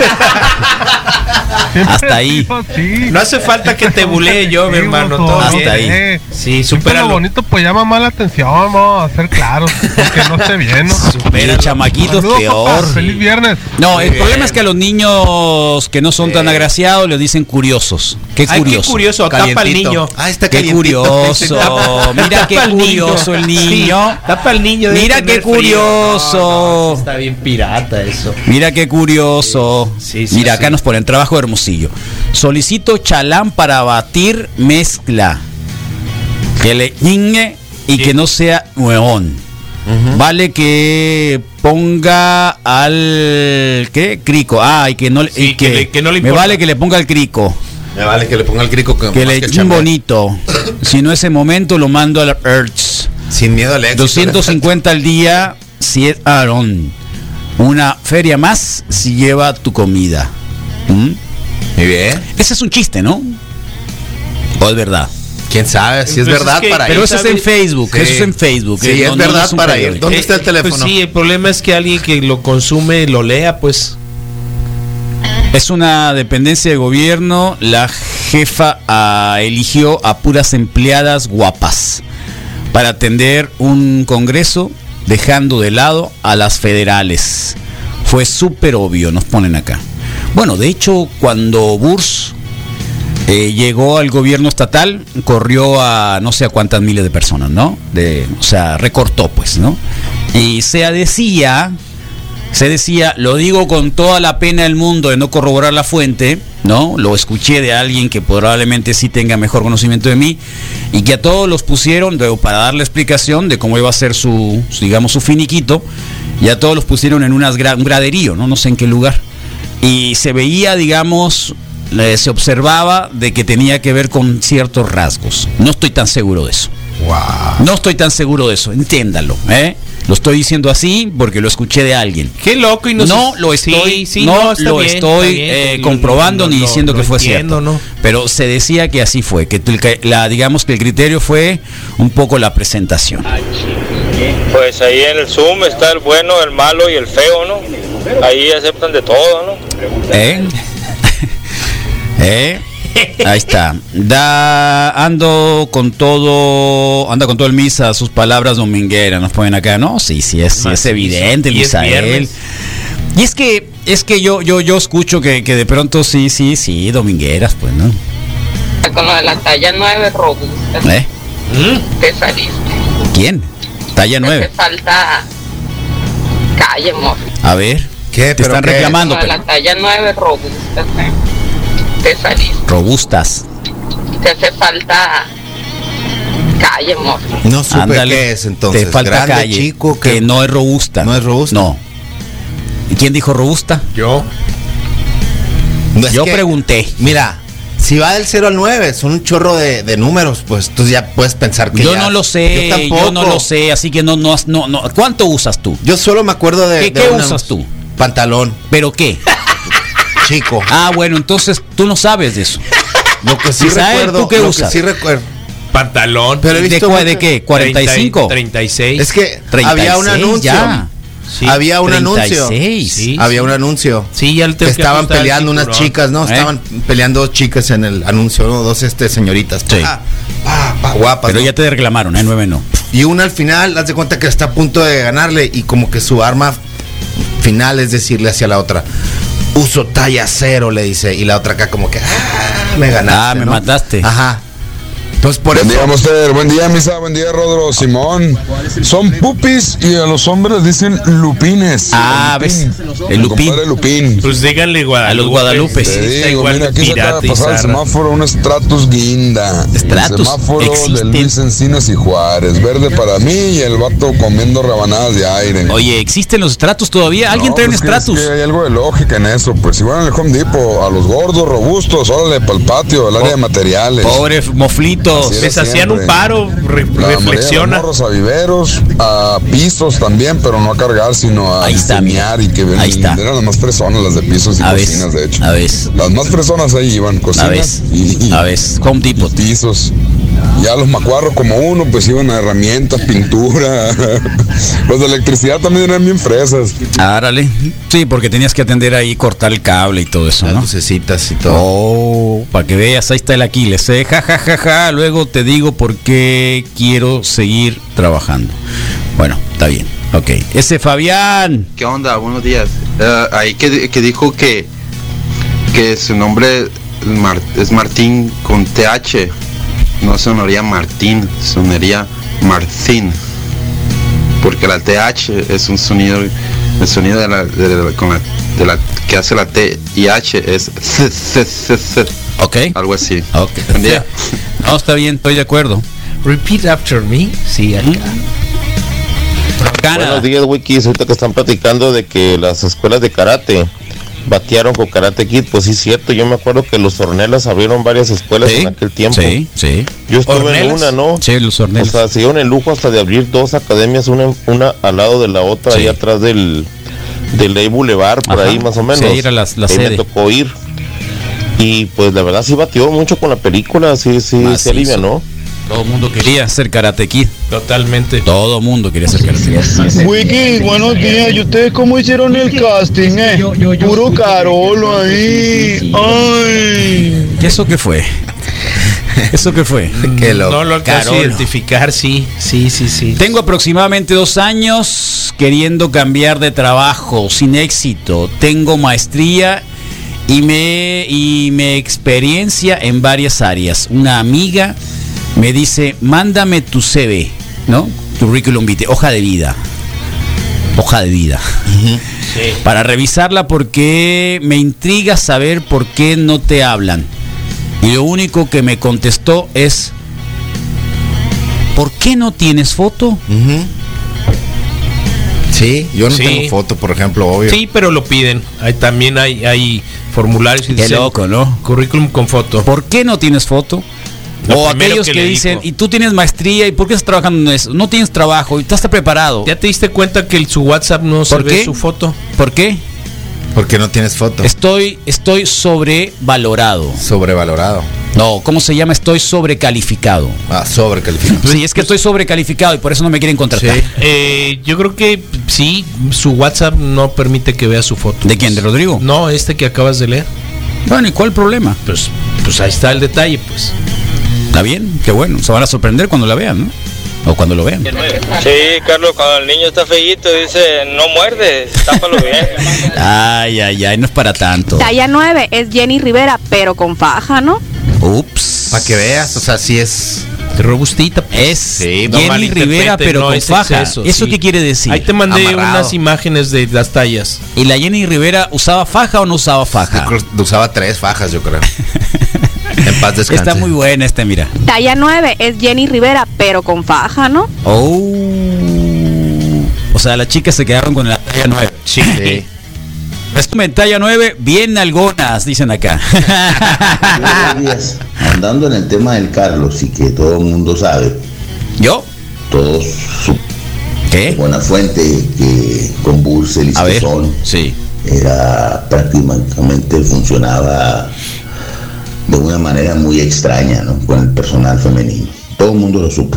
S7: Hasta ahí.
S17: Sí.
S10: No hace falta que te bulee yo, mi hermano. Todo
S7: hasta
S10: bien.
S7: ahí.
S10: Sí,
S17: supéralo. Lo bonito pues llama más la atención, vamos a ser claros, porque no esté bien, ¿no?
S7: El chamaquito es peor.
S17: Papá, feliz viernes.
S7: No, el problema es que a los niños que no son tan agraciados les dicen curiosos. Qué curioso.
S10: Qué curioso, tapa al niño.
S9: Ah, está
S7: qué curioso. Mira qué curioso el niño.
S10: Sí, tapa al niño.
S7: Mira qué curioso.
S10: No, está bien pirata eso.
S7: Mira qué curioso.
S10: Sí,
S7: mira, acá nos ponen trabajo de Hermosillo. Solicito chalán para batir mezcla. Que le ñingue y que no sea nueón. Vale que ponga al ¿qué? Crico. Ah, y que no,
S10: sí,
S7: y que
S10: no le
S7: me
S10: importa.
S7: vale que le ponga el crico.
S9: Me vale que le ponga el crico
S7: que le eche un bonito. Si no ese momento lo mando a la Earths.
S9: Sin miedo al éxito.
S7: 250 al día si es Aaron. Una feria más si lleva tu comida.
S9: Muy bien.
S7: Ese es un chiste, ¿no? ¿O es verdad?
S9: ¿Quién sabe si es verdad para ir?
S7: Pero eso es en Facebook,
S9: sí.
S7: Eso es en Facebook.
S9: Sí, es verdad para ir. ¿Dónde está el teléfono?
S10: Pues sí, el problema es que alguien que lo consume lo lea, pues.
S7: Es una dependencia de gobierno. La jefa eligió a puras empleadas guapas para atender un congreso, dejando de lado a las federales. Fue súper obvio, nos ponen acá. Bueno, de hecho, cuando Burs llegó al gobierno estatal, corrió a no sé a cuántas miles de personas, ¿no? O sea, recortó, pues, ¿no? Y se decía, lo digo con toda la pena del mundo de no corroborar la fuente, ¿no? Lo escuché de alguien que probablemente sí tenga mejor conocimiento de mí, y que a todos los pusieron, para dar la explicación de cómo iba a ser su finiquito, y a todos los pusieron en un graderío, ¿no? No sé en qué lugar. Y se veía, digamos, se observaba de que tenía que ver con ciertos rasgos. No estoy tan seguro de eso.
S9: Wow.
S7: No estoy tan seguro de eso, entiéndalo, ¿eh? Lo estoy diciendo así porque lo escuché de alguien.
S10: Qué loco y
S7: no lo estoy, estoy comprobando ni diciendo que fue cierto. ¿No? Pero se decía que así fue, que digamos que el criterio fue un poco la presentación.
S16: Pues ahí en el Zoom está el bueno, el malo y el feo, ¿no? Ahí aceptan de todo, ¿no?
S7: Ahí está. Anda con todo el misa, sus palabras domingueras, nos ponen acá, ¿no? Sí, es evidente, el Misael. Y es que yo escucho que de pronto sí, domingueras, pues, ¿no?
S18: Con lo de la talla 9 robusta. Te saliste.
S7: ¿Quién? Talla 9.
S18: Te falta calle, amor.
S7: A ver, ¿qué? Te están reclamando.
S18: Con lo de la talla 9 robusta. Te saliste.
S7: Robustas.
S18: Te hace falta calle, amor.
S9: No supe qué es entonces.
S7: Te falta
S9: grande,
S7: calle,
S9: chico,
S7: que no es robusta.
S9: No es robusta.
S7: No. ¿Y quién dijo robusta?
S10: Yo.
S9: No,
S7: yo pregunté.
S9: Mira, si va del 0 al 9, son un chorro de números, pues tú ya puedes pensar que
S7: yo no lo sé, yo no lo sé, así que no. ¿Cuánto usas tú?
S9: Yo solo me acuerdo de
S7: ¿Qué usas tú?
S9: Pantalón.
S7: ¿Pero qué?
S9: Chico.
S7: Ah, bueno, entonces tú no sabes de eso.
S9: Lo que sí recuerdo,
S7: ¿tú qué usas?
S9: Que sí recuerdo.
S10: Pantalón.
S9: Pero he visto
S7: ¿De qué? ¿45?
S10: 36.
S9: Es que
S7: 36,
S9: había un anuncio.
S7: Ya.
S9: Sí, había un
S7: 36,
S9: anuncio.
S7: Sí,
S9: había un anuncio.
S10: Sí, ya
S9: que estaban peleando unas chicas, ¿no? Estaban peleando dos chicas en el anuncio, ¿no? Dos señoritas.
S7: Sí.
S9: Guapas.
S7: Pero
S9: ¿no?
S7: ya te reclamaron, 9 no.
S9: Y una al final, haz de cuenta que está a punto de ganarle y como que su arma final es decirle hacia la otra: uso talla 0, le dice. Y la otra acá como que, me ganaste,
S7: me
S9: ¿no?
S7: mataste.
S9: Ajá.
S1: Entonces, por
S19: buen
S1: eso...
S19: día, Monster. Buen día, Misa. Buen día, Rodro. Simón. Son pupis y a los hombres les dicen lupines.
S7: Ah, ¿ves? El Lupín.
S19: Lupín.
S10: Pues díganle
S7: a los Guadalupe.
S19: Te digo, mira, aquí se acaba de pasar el semáforo, un Stratus Guinda.
S7: Stratus.
S19: El semáforo
S7: Existen.
S19: de Luis Encinas y Juárez. Verde para mí y el vato comiendo rabanadas de aire.
S7: Oye, ¿existen los Stratus todavía? ¿Alguien trae un Stratus?
S19: Es que hay algo de lógica en eso. Pues si van al Home Depot, a los gordos, robustos, órale, para el patio, el área de materiales.
S7: Pobre moflitos.
S10: Les hacían un paro, reflexiona.
S19: Morros a viveros, a pisos también, pero no a cargar, sino a diseñar y que eran las más fresonas las de pisos y cocinas, de hecho. Las más fresonas ahí iban, cocinas y
S7: Home Depot.
S19: Pisos. Ya los macuarros como uno, pues iban a herramientas, pintura. Los de electricidad también eran bien fresas.
S7: Árale. Sí, porque tenías que atender ahí, cortar el cable y todo eso, ¿no?
S9: Las lucecitas y todo.
S7: Oh, para que veas, ahí está el Aquiles, ja, ja, ja, ja. Luego te digo por qué quiero seguir trabajando. Bueno, está bien. Ok. Ese Fabián.
S15: ¿Qué onda? Buenos días. Ahí que dijo que su nombre es Martín con TH. No sonaría Martín, sonaría Martín. Porque la TH es un sonido, el sonido de la que hace la T y H es
S7: ok,
S15: algo así.
S7: Okay.
S15: Buen día.
S7: No, está bien, estoy de acuerdo.
S10: Repeat after me. Sí, acá.
S20: Buenos días, Wikis. Ahorita que están platicando de que las escuelas de karate batearon con Karate Kid, pues sí es cierto. Yo me acuerdo que los Ornelas abrieron varias escuelas en aquel tiempo.
S7: Sí.
S20: Yo estuve en una, ¿no?
S7: Sí, los Ornelas.
S20: O sea, se dieron el lujo hasta de abrir dos academias, una al lado de la otra, ahí atrás del Ley Boulevard, por ahí más o menos.
S7: Sí, era la sede.
S20: Me tocó ir. Y pues la verdad sí batió mucho con la película, sí se alivia, ¿no?
S7: Todo el mundo quería ser Karate Kid.
S10: Totalmente.
S7: Todo el mundo quería ser Karate Kid.
S21: Wiki, buenos días. ¿Y ustedes cómo hicieron el casting, Puro Carolo ahí. Ay.
S7: ¿Eso qué fue? ¿Eso qué fue?
S10: No lo alcanzo a identificar, sí.
S7: Tengo aproximadamente 2 años queriendo cambiar de trabajo, sin éxito. Tengo maestría y me experiencia en varias áreas. Una amiga me dice, mándame tu CV, ¿no? Tu currículum vitae, hoja de vida. Sí. Para revisarla porque me intriga saber por qué no te hablan. Y lo único que me contestó es, ¿por qué no tienes foto?
S9: Sí, yo no tengo foto, por ejemplo, obvio.
S10: Sí, pero lo piden. También hay formularios y
S7: qué loco, ¿no?
S10: Currículum con foto.
S7: ¿Por qué no tienes foto? O aquellos que dicen, y tú tienes maestría, ¿y por qué estás trabajando en eso? No tienes trabajo, y estás preparado.
S10: ¿Ya te diste cuenta que su WhatsApp no se ve su foto?
S7: ¿Por qué?
S9: Porque no tienes foto.
S7: Estoy sobrevalorado.
S9: Sobrevalorado.
S7: No, ¿cómo se llama? Estoy sobrecalificado.
S9: Sobrecalificado.
S7: Sí, es que estoy sobrecalificado y por eso no me quieren contratar.
S10: Sí. Yo creo que sí, su WhatsApp no permite que vea su foto.
S7: ¿De quién? ¿De Rodrigo?
S10: No, que acabas de leer.
S7: Bueno, ¿y cuál problema?
S10: Pues ahí está el detalle, pues.
S7: Está bien, qué bueno. Se van a sorprender cuando la vean, ¿no? O cuando lo vean.
S16: Sí, Carlos, cuando el niño está feíto, dice, no muerde, tápalo bien.
S7: Ay, no es para tanto.
S22: Talla 9 es Jenny Rivera, pero con faja, ¿no?
S7: Ups.
S9: Para que veas, o sea, sí es
S10: robustita.
S7: Es Jenny Rivera, pero con faja. ¿Eso qué quiere decir?
S10: Ahí te mandé unas imágenes de las tallas.
S7: ¿Y la Jenny Rivera usaba faja o no usaba faja?
S9: Usaba 3 fajas, yo creo. En paz descanse.
S7: Está muy buena mira.
S22: Talla 9 es Jenny Rivera, pero con faja, ¿no?
S7: O sea, las chicas se quedaron con la talla 9.
S9: Sí.
S7: Resumen, talla 9, bien algonas, dicen acá.
S23: Buenos días. Andando en el tema del Carlos y que todo el mundo sabe.
S7: ¿Yo?
S23: Todos
S7: ¿Qué?
S23: Buena fuente que con Bursel y Stefan era prácticamente funcionaba de una manera muy extraña, ¿no? Con el personal femenino. Todo el mundo lo supo.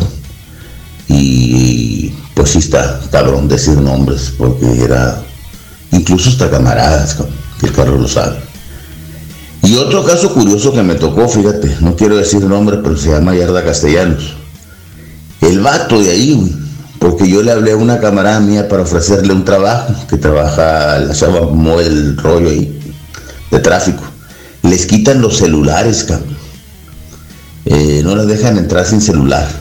S23: Y pues sí está cabrón decir nombres, porque era incluso hasta camaradas, que el Carlos lo sabe. Y otro caso curioso que me tocó, fíjate, no quiero decir nombre, pero se llama Yarda Castellanos. El vato de ahí, güey, porque yo le hablé a una camarada mía para ofrecerle un trabajo, que trabaja, la chava mueve el rollo ahí de tráfico. Les quitan los celulares, cabrón. no las dejan entrar sin celular.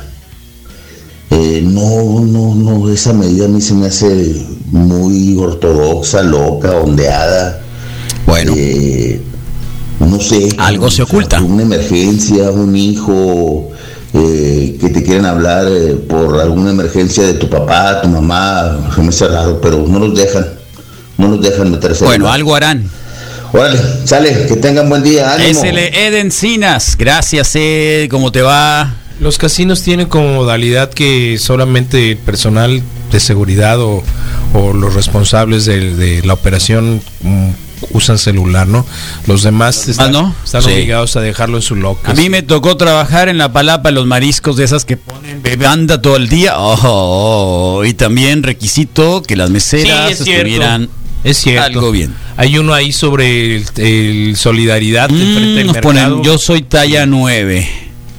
S23: No, esa medida a mí se me hace muy ortodoxa, loca, ondeada.
S7: Bueno,
S23: no sé.
S7: Algo se oculta.
S23: Una emergencia, un hijo que te quieren hablar por alguna emergencia de tu papá, tu mamá, se me hace raro, pero no los dejan meterse.
S7: Bueno, algo harán.
S23: Órale, sale, que tengan buen día. ¡Ánimo!
S7: SL Encinas, gracias, ¿cómo te va?
S10: Los casinos tienen como modalidad que solamente personal de seguridad o los responsables de la operación usan celular, ¿no? Los demás están obligados a dejarlo en su local.
S7: A mí me tocó trabajar en la Palapa, los mariscos de esas que ponen bebanda todo el día. Y también requisito que las meseras estuvieran algo bien.
S10: Hay uno ahí sobre el Solidaridad frente del mercado.
S7: Ponen, yo soy talla 9.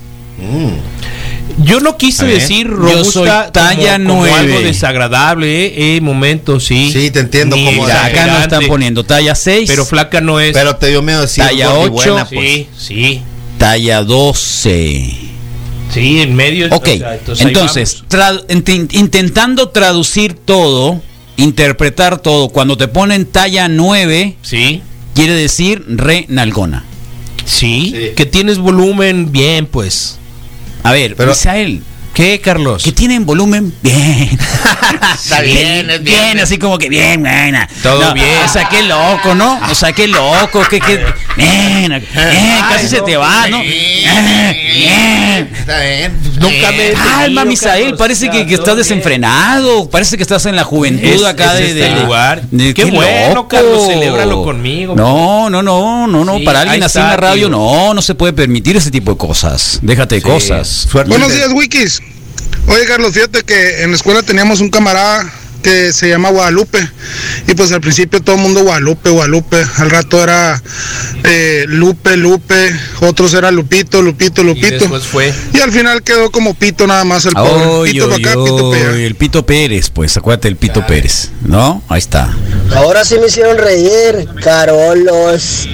S10: Yo no quise decir robusta,
S7: yo soy talla
S10: como
S7: 9.
S10: Algo desagradable, momentos, sí.
S9: Sí, te entiendo.
S7: Mira, acá nos están poniendo talla 6.
S10: Pero flaca no es.
S9: Pero te dio miedo decir
S7: talla 8.
S9: Buena, pues.
S10: Sí.
S7: Talla 12.
S10: Sí, en medio.
S7: Ok, entonces intentando traducir todo, interpretar todo, cuando te ponen talla 9,
S10: sí,
S7: quiere decir re nalgona.
S10: Sí, que tienes volumen bien, pues.
S7: A ver, pero Misael,
S10: ¿qué, Carlos?
S7: Que tienen volumen bien.
S9: Está bien, es bien.
S7: Así como que bien, buena.
S10: Todo bien.
S7: O sea, qué loco, ¿no? O sea, qué loco, bien, casi se te va, ¿no? Bien.
S9: Está bien.
S10: Nunca me
S7: calma, Misael, parece que estás desenfrenado, parece que estás en la juventud acá de
S10: lugar.
S7: Qué
S10: bueno,
S7: loco.
S10: Carlos, celébralo conmigo.
S7: No, para alguien así en la radio no se puede permitir ese tipo de cosas. Déjate de cosas.
S2: Buenos días, Wikis. Oye, Carlos, fíjate que en la escuela teníamos un camarada que se llama Guadalupe, y pues al principio todo el mundo Guadalupe, al rato era Lupe, otros era Lupito,
S10: y después fue,
S2: y al final quedó como Pito nada más el pobre. Pito para acá, Pito para allá.
S7: El Pito Pérez, pues acuérdate del Pito Pérez, ¿no? Ahí está.
S3: Ahora sí me hicieron reír, Carolos.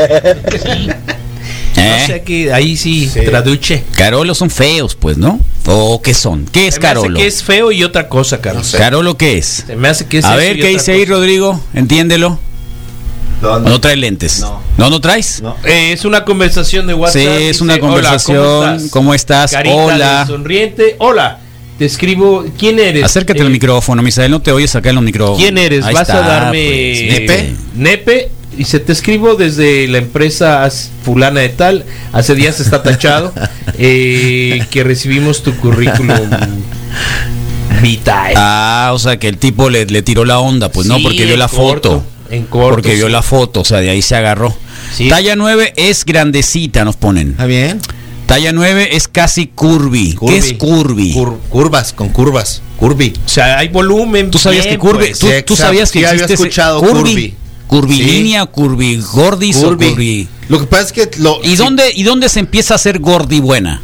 S10: No sé, que ahí sí traduce.
S7: Carolos son feos, pues, ¿no? ¿O qué son? ¿Qué es Carolo?
S10: Que es feo y otra cosa, Carlos.
S7: No sé. ¿Carolo qué es?
S10: Se me hace que es
S7: a ver, ¿qué dice ahí, Rodrigo? Entiéndelo. No trae lentes. ¿No traes?
S10: No. Es una conversación de WhatsApp.
S7: Sí, es una conversación. ¿Cómo estás?
S10: Carita
S7: hola.
S10: Sonriente. Hola. Te escribo. ¿Quién eres?
S7: Acércate al micrófono, Misael. No te oyes acá en los micrófonos.
S10: ¿Quién eres? Ahí vas a darme.
S7: Pues,
S10: Nepe. Y se te escribo desde la empresa fulana de tal. Hace días está tachado. Que recibimos tu currículum vitae.
S7: O sea que el tipo le tiró la onda, pues sí, no, porque vio la foto.
S10: En corto.
S7: Porque vio la foto, o sea, de ahí se agarró. Sí. Talla 9 es grandecita, nos ponen.
S9: ¿Está bien?
S7: Talla 9 es casi curvy. ¿Qué es curvy?
S9: Curvas, con curvas. Curvy.
S10: O sea, hay volumen.
S7: ¿Tú sabías que curvy?
S10: Pues,
S7: ¿Tú sabías que
S9: había escuchado curvy?
S7: Curvilínea, curvigordis o curvy.
S9: Lo que pasa es que
S7: ¿Y dónde se empieza a ser gordi buena?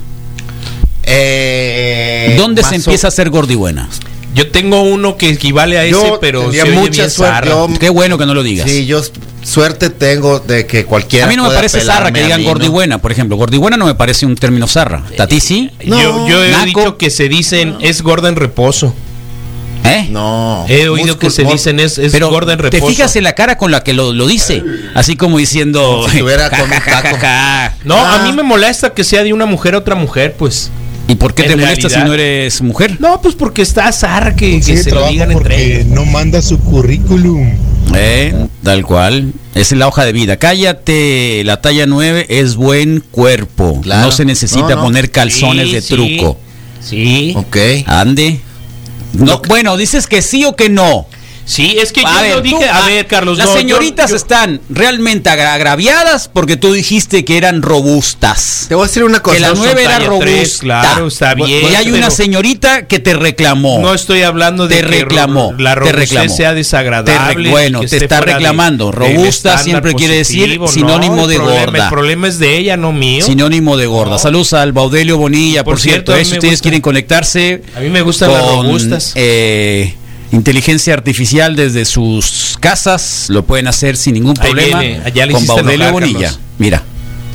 S7: ¿Dónde se empieza a ser gordi buena?
S10: Yo tengo uno que equivale a ese, pero
S9: tenía mucha suerte.
S7: Qué bueno que no lo digas.
S9: Sí, yo suerte tengo de que cualquiera.
S7: A mí no me parece zarra que digan gordi buena, por ejemplo. Gordi buena no me parece un término zarra. ¿A ti sí?
S10: No, yo he dicho que se dicen es gorda en reposo.
S9: No.
S10: He oído que se dicen es gorda en reposo.
S7: Te fijas en la cara con la que lo dice, así como diciendo
S9: si tuviera con un taco.
S10: No, a mí me molesta que sea de una mujer a otra mujer, pues.
S7: ¿Y por qué te molesta si no eres mujer?
S10: No, pues porque está zarra que se lo digan entre ellos.
S21: No manda su currículum.
S7: Tal cual. Esa es la hoja de vida. Cállate, la talla 9 es buen cuerpo. Claro. No se necesita poner calzones de truco.
S10: Sí.
S7: Ok. Ande. No, bueno, dices que sí o que no.
S10: Sí, es que yo dije, a ver, Carlos,
S7: las señoritas están realmente agraviadas porque tú dijiste que eran robustas.
S9: Te voy a decir una cosa.
S7: Que la 9 era robusta.
S10: 3, claro, está bien.
S7: Y hay una señorita que te reclamó.
S10: No estoy hablando de
S7: que la
S10: robustez sea desagradable.
S7: Te está reclamando. Robusta siempre quiere decir sinónimo de gorda.
S10: El problema es de ella, no mío.
S7: Sinónimo de gorda. Saludos al Baudelio Bonilla, por cierto. Si ustedes quieren conectarse.
S10: A mí me gustan las robustas.
S7: Inteligencia artificial desde sus casas, lo pueden hacer sin ningún problema.
S10: Allá
S7: con Baudelio Bonilla. Carlos. Mira.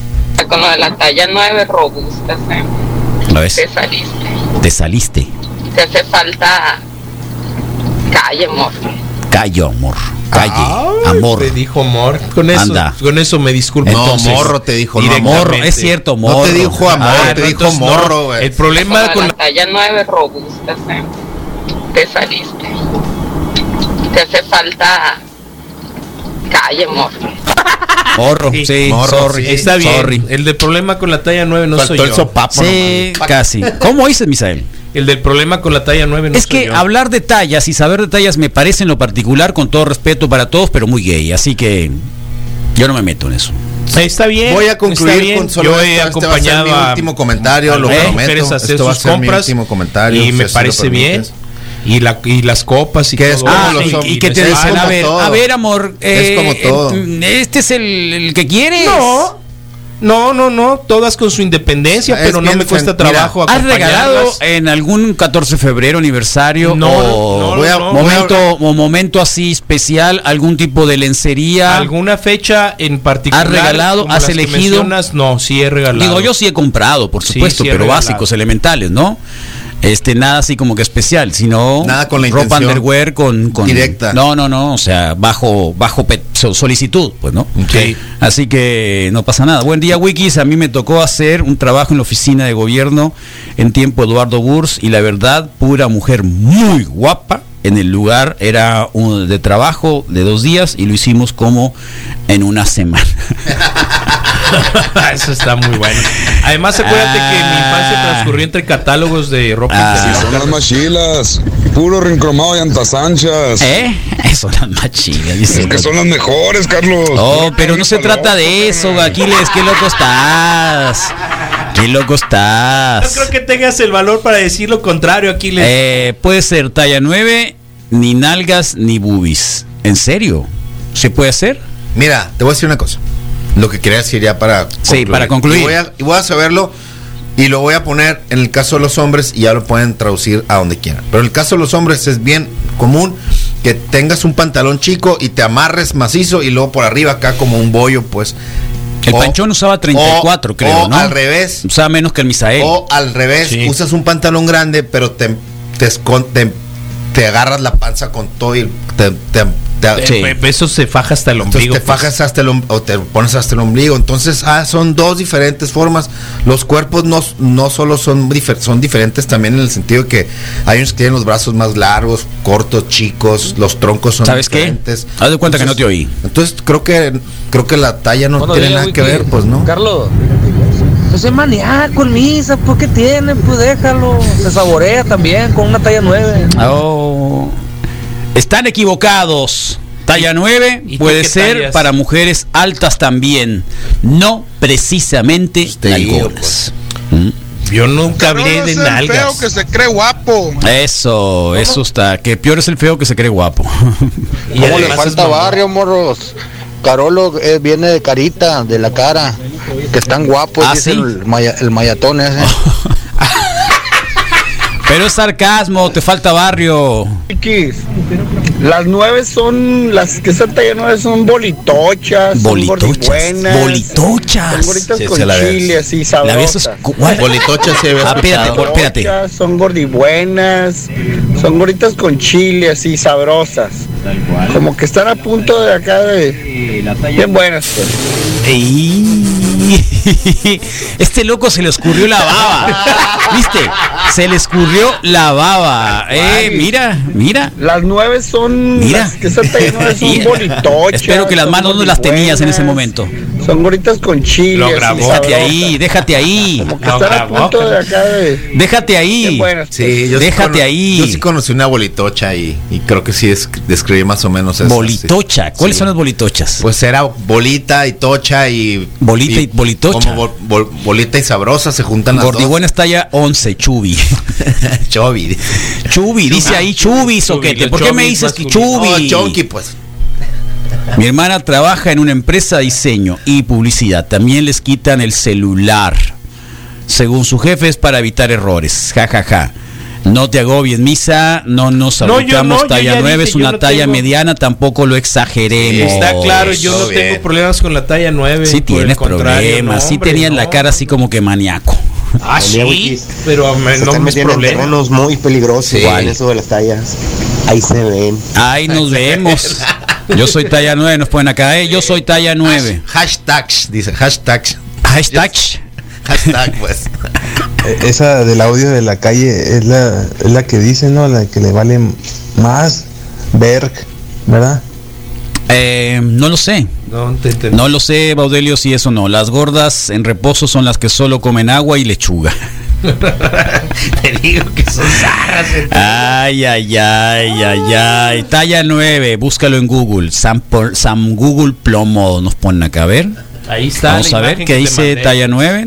S18: con lo de la talla 9 robusta,
S7: ¿Lo ves? Te saliste.
S18: Te hace falta calle, amor.
S7: Callo, amor. Calle, amor.
S10: Te dijo amor. Con eso me disculpo.
S9: No, morro te dijo, no,
S7: morro. Es cierto, morro.
S9: No te dijo amor, te dijo morro, güey.
S10: El problema
S18: con la talla 9 robusta, te saliste. Te hace falta calle, amor.
S7: Morro, sí, morro,
S10: sorry. Está bien.
S7: Sorry.
S10: El del problema con la talla 9 no
S7: Faltó
S10: soy
S7: el
S10: yo.
S7: sopapo, sí, casi. ¿Cómo dices, Misael?
S10: El del problema con la talla 9 no
S7: es
S10: soy
S7: que
S10: yo.
S7: hablar de tallas y saber de tallas me parece en lo particular, con todo respeto para todos, pero muy gay, así que yo no me meto en eso.
S10: Está bien.
S9: Voy a concluir con solo
S10: yo he acompañado
S9: mi último comentario, lo prometo.
S10: Hacer
S9: Esto va a
S10: sus
S9: ser
S10: compras
S9: mi último comentario.
S10: y me parece bien. Y las copas y
S9: que
S10: todo.
S7: Y que te dicen, a ver, amor,
S9: es como todo.
S7: ¿Este es el que quieres?
S10: No, todas con su independencia, pero no me cuesta trabajo
S7: acompañarlas. ¿Has regalado en algún 14 de febrero aniversario momento así especial, algún tipo de lencería?
S10: ¿Alguna fecha en particular?
S7: ¿Has regalado? ¿Has elegido?
S10: No, sí he regalado.
S7: Digo, yo sí he comprado, por supuesto, pero básicos, elementales, ¿no? Nada así como que especial, sino
S9: nada con la
S7: ropa underwear con
S9: directa.
S7: No, o sea, bajo solicitud, pues, ¿no?
S10: Okay.
S7: Así que no pasa nada. Buen día, Wikis. A mí me tocó hacer un trabajo en la oficina de gobierno en tiempo Eduardo Burs y la verdad, pura mujer muy guapa. En el lugar era de trabajo de 2 días y lo hicimos como en una semana.
S10: Eso está muy bueno. Además, acuérdate que mi infancia transcurrió entre catálogos de ropa interior.
S19: Son las más chilas, puro rincromado y antas anchas.
S7: Son las más chilas.
S19: Es que son las mejores, Carlos.
S7: Oh, pero no se trata de eso, Aquiles. Qué loco estás. Qué loco estás.
S10: No creo que tengas el valor para decir lo contrario, Aquiles.
S7: Puede ser talla 9, ni nalgas ni boobies. ¿En serio? ¿Se puede hacer?
S9: Mira, te voy a decir una cosa. Lo que quería decir ya para concluir.
S7: Sí, para concluir.
S9: Y voy a saberlo y lo voy a poner en el caso de los hombres y ya lo pueden traducir a donde quieran. Pero en el caso de los hombres es bien común que tengas un pantalón chico y te amarres macizo y luego por arriba acá como un bollo, pues.
S7: El Panchón usaba 34, creo, ¿no?
S9: Al revés.
S7: Usaba menos que el Misael.
S9: O al revés, sí. Usas un pantalón grande, pero te agarras la panza con todo y
S10: eso se faja hasta el ombligo.
S9: Te fajas hasta o te pones hasta el ombligo. Entonces, son dos diferentes formas. Los cuerpos no solo son diferentes también en el sentido que hay unos que tienen los brazos más largos, cortos, chicos, los troncos son diferentes.
S7: ¿Qué? Haz de cuenta que no te oí.
S9: Entonces, creo que la talla no tiene nada que ver, pues, ¿no?
S13: Carlos, pues es maníaco el Misa, ¿por qué tiene? Pues déjalo, se saborea también con una talla 9.
S7: Están equivocados. Talla 9 puede ser tallas? Para mujeres altas también, no precisamente nalgonas.
S10: Yo nunca hablé de nalgas.
S2: El feo que se cree guapo.
S7: Eso está. Que peor es el feo que se cree guapo.
S12: ¿Y cómo le falta barrio, morros? Carolo viene de carita, de la cara, que están guapos, dice ¿sí? el mayatón ese.
S7: Pero es sarcasmo, te falta barrio.
S21: Las 9 son, las que son talla 9 son bolitochas. Son
S7: bolitochas.
S21: Son gorditas sí, con chile, así sabrosas.
S9: Bolitochas se ve.
S7: Espérate.
S21: Son gordibuenas. Son gorditas con chile, así sabrosas. Como que están a punto de acá de bien buenas. Pues.
S7: Este loco se le escurrió la baba. ¿Viste? Se le escurrió la baba. Mira.
S21: Las 9 son. Las que son talla 9 son bolitochas.
S7: Espero que las manos no las tenías en ese momento.
S21: Son gorditas con chile.
S7: Lo grabó. Déjate ahí.
S21: Como que están a punto de acá de.
S7: Déjate ahí.
S21: Buenas,
S9: sí,
S7: déjate ahí.
S9: Yo sí conocí una bolitocha y creo que sí describí más o menos eso.
S7: Bolitocha. Sí. ¿Cuáles son las bolitochas?
S9: Pues era bolita y tocha y.
S7: Bolita y bolitocha.
S9: Como bolita y sabrosa se juntan las dos.
S7: Gordibuena es talla 11, Chubi. Chubi, dice ahí Chubi, soquete. ¿Por qué me dices que Chubi?
S9: Chonky, pues.
S7: Mi hermana trabaja en una empresa de diseño y publicidad. También les quitan el celular. Según su jefe es para evitar errores. Ja. No te agobies, Misa, no nos ubicamos talla 9, es una talla mediana, tampoco lo exageremos.
S10: Está claro, yo no tengo problemas con la talla 9.
S7: Sí tienes problemas, sí tenías la cara así como que maníaco.
S10: Ah, sí, pero no me problemas.
S4: Unos muy peligrosos en eso de las tallas. Ahí se ven.
S7: Ahí nos vemos. Yo soy talla 9, nos ponen acá, yo soy talla 9.
S9: Hashtags, dice, hashtags.
S7: Hashtags.
S9: Hashtag, pues.
S5: Esa del audio de la calle es la que dice, ¿no? La que le vale más Berg, ¿verdad?
S7: No lo sé. No lo sé, Baudelio, si eso no. Las gordas en reposo son las que solo comen agua y lechuga.
S10: Te digo que son zarras.
S7: Ay. Talla 9, búscalo en Google. Sam Google Plomo nos ponen acá, a ver.
S10: Ahí está.
S7: Vamos a ver qué dice talla 9.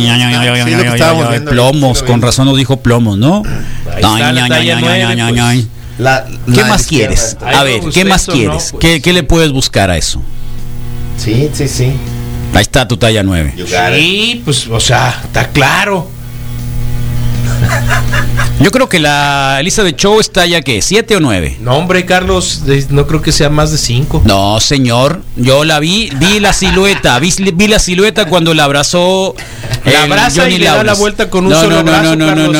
S7: Plomos, con razón nos dijo plomos, ¿no? ¿Qué más quieres? A ver, ¿qué más quieres? ¿Qué le puedes buscar a eso?
S9: Sí.
S7: Ahí está tu talla 9.
S10: Sí, pues, o sea, está claro.
S7: Yo creo que la Elizabeth Show está ya que 7 o 9.
S10: No, hombre, Carlos, no creo que sea más de 5.
S7: No, señor, yo la vi la silueta, vi la silueta cuando la abrazó.
S10: La abraza Johnny y le da la vuelta con un solo brazo.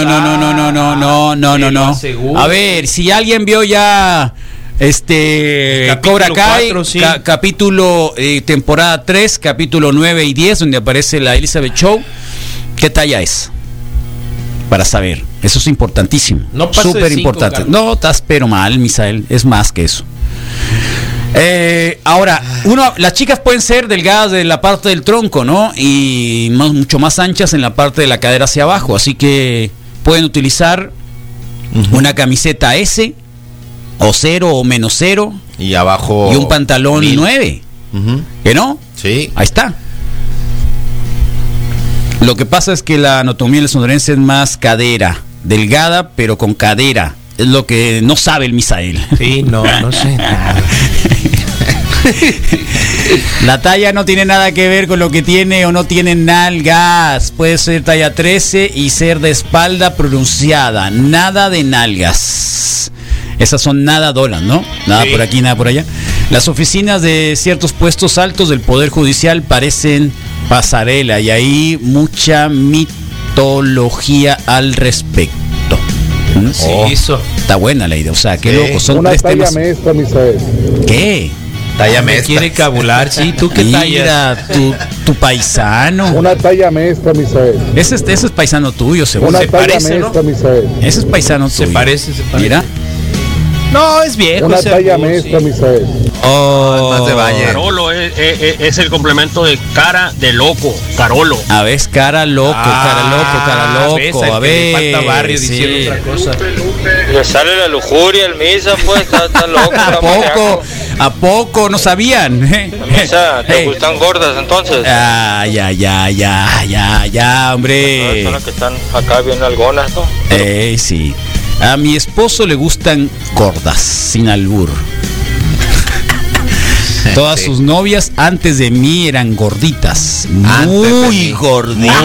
S7: No. A ver, si alguien vio ya Cobra Kai,
S10: 4, sí.
S7: Capítulo temporada 3, capítulo 9 y 10, donde aparece la Elizabeth Show, ¿qué talla es? Para saber, eso es importantísimo, súper importante. Carlos. No, estás pero mal, Misael, es más que eso. Ahora, las chicas pueden ser delgadas de la parte del tronco, ¿no? Y mucho más anchas en la parte de la cadera hacia abajo, así que pueden utilizar una camiseta S o 0 o menos 0
S9: y abajo
S7: y un pantalón 9, ¿que no?
S9: Sí,
S7: ahí está. Lo que pasa es que la anatomía del sonorense es más cadera, delgada, pero con cadera. Es lo que no sabe el Misael.
S10: Sí, no sé nada.
S7: La talla no tiene nada que ver con lo que tiene o no tiene nalgas. Puede ser talla 13 y ser de espalda pronunciada. Nada de nalgas. Esas son nadadoras, ¿no? Nada por aquí, nada por allá. Las oficinas de ciertos puestos altos del Poder Judicial parecen pasarela y hay mucha mitología al respecto.
S10: Sí, eso.
S7: Está buena la idea, o sea, qué loco. Son
S5: una
S7: 3
S5: talla
S7: temas.
S5: maestra, Misael.
S7: ¿Qué?
S9: Talla
S10: me
S9: maestra.
S10: Quiere cabular, sí, ¿tú qué talla?
S7: Mira, tu paisano.
S5: Una talla maestra, Misael.
S7: Ese es paisano tuyo, seguro.
S5: Una
S7: Se
S5: talla
S7: parece,
S5: maestra,
S7: ¿no?
S5: Misael.
S7: Ese es paisano tuyo.
S10: Se parece.
S7: Mira.
S10: No, es viejo.
S5: Una talla maestra, Misael.
S9: Más de Valle.
S6: Carolo es el complemento de cara de loco. Carolo.
S7: A ver, cara loco. A ver.
S10: Falta barrio diciendo otra cosa.
S16: Le sale la lujuria al Misa, pues, está loco.
S7: ¿A poco? ¿No sabían?
S16: Misa, ¿te gustan gordas entonces?
S7: Ya, hombre.
S16: Son las que están acá bien algonas, ¿no?
S7: Sí. A mi esposo le gustan gordas, sin albur. Todas sus novias antes de mí eran gorditas. Muy gorditas.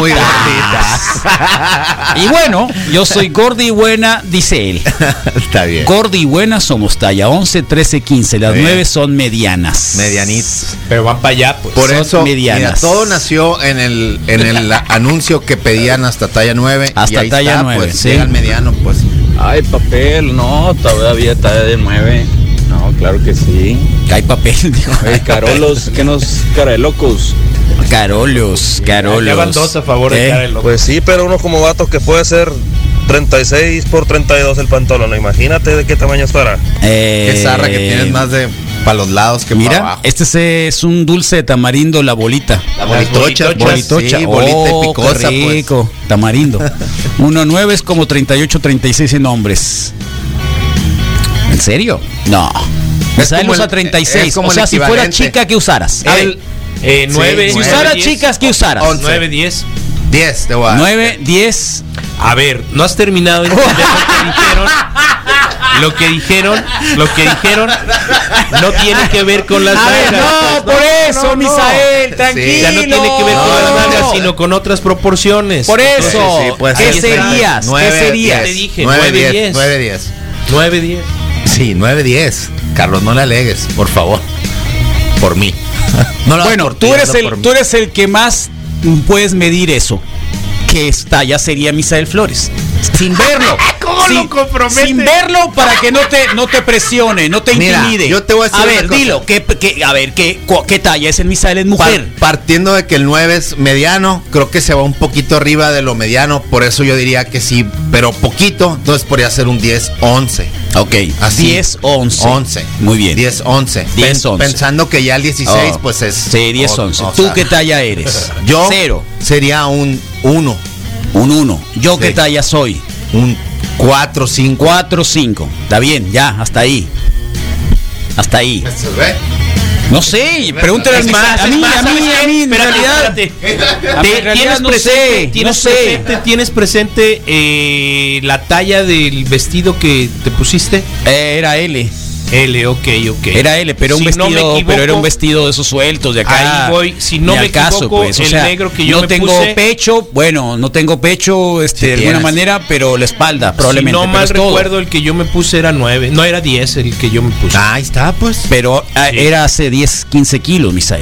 S7: Y bueno, yo soy gorda y buena, dice él.
S9: Está bien.
S7: Gorda y buena somos talla 11, 13, 15. Las 9 son medianas.
S9: Medianitas.
S10: Pero van para allá, pues.
S9: Por
S7: son
S9: eso,
S7: medianas.
S9: mira, todo nació en el anuncio que pedían hasta talla 9.
S7: Hasta
S9: y ahí
S7: talla
S9: está,
S7: 9,
S9: pues,
S7: sí.
S9: llega el mediano, pues.
S24: Ay, papel, no, todavía talla de 9. No, claro que sí.
S7: Hay papel, dijo.
S24: Hey, Carolos, ¿qué nos cara de locos?
S7: Carolos.
S10: Ya van 2 a favor de cara de locos.
S25: Pues sí, pero uno como vato que puede ser 36 por 32 el pantalón. Imagínate de qué tamaño estará.
S9: Qué zarra que tienes más de para los lados que para abajo.
S7: Este es un dulce de tamarindo, la bolita.
S9: La bolitocha.
S7: Sí,
S9: bolita y picosa,
S7: qué rico. Pues. Tamarindo. 1.9 es como 38, 36 en hombres. ¿En serio? No. Misael usa 36. O sea, si fuera chica, ¿qué usaras?
S10: A ver, 9.
S7: Si usara chicas, ¿qué usaras?
S10: 9, 10.
S9: 10, te voy a dar.
S7: 9, 10.
S10: A ver, no has terminado de entender lo que dijeron. lo que dijeron no tiene que ver con las nalgas.
S7: No, por eso, Misael, tranquilo.
S10: O sea, no tiene que ver con las nalgas, sino con otras proporciones.
S7: Por eso,
S9: entonces,
S7: ¿qué serías? ¿Qué serías?
S10: Te dije
S9: 9-10.
S10: 9-10.
S9: Sí, 9-10. Carlos, no le alegues, por favor. Por mí.
S7: Bueno, tú eres el que más puedes medir eso. Que esta ya sería Misael Flores. Sin verlo.
S10: ¿Cómo lo compromete?
S7: Sin verlo para que no te presione, no te intimide.
S9: Yo te voy a decir
S7: ver, dilo. ¿Qué talla es el Misael? ¿Es mujer?
S9: Partiendo de que el 9 es mediano, creo que se va un poquito arriba de lo mediano. Por eso yo diría que sí, pero poquito. Entonces podría ser un 10-11.
S7: Ok,
S9: así.
S7: 10-11. Muy bien.
S9: 10-11.
S7: 10-11.
S9: Pensando que ya el 16 pues es...
S7: Sí, 10-11. ¿Tú qué talla eres?
S9: Yo
S7: 0.
S9: Sería un 1.
S7: Un 1. ¿Yo qué talla soy?
S9: Un 4-5.
S7: 4-5. Está bien, ya, hasta ahí. Hasta ahí.
S9: ¿Se ve?
S7: No sé, pregúntale a mí, en realidad.
S10: ¿Tienes presente la talla del vestido que te pusiste?
S7: Era L.
S10: Ok.
S7: Era L, pero
S10: si
S7: pero era un vestido de esos sueltos de acá.
S10: Ahí voy, si no me equivoco,
S7: pues,
S10: el negro que yo
S7: no
S10: me
S7: tengo
S10: puse,
S7: pecho, no tengo pecho, de alguna manera, pero la espalda, probablemente.
S10: Si no mal recuerdo, el que yo me puse era 9, no era 10 el que yo me puse.
S9: Ahí está, pues.
S7: Pero era hace 10-15 kilos, Misael.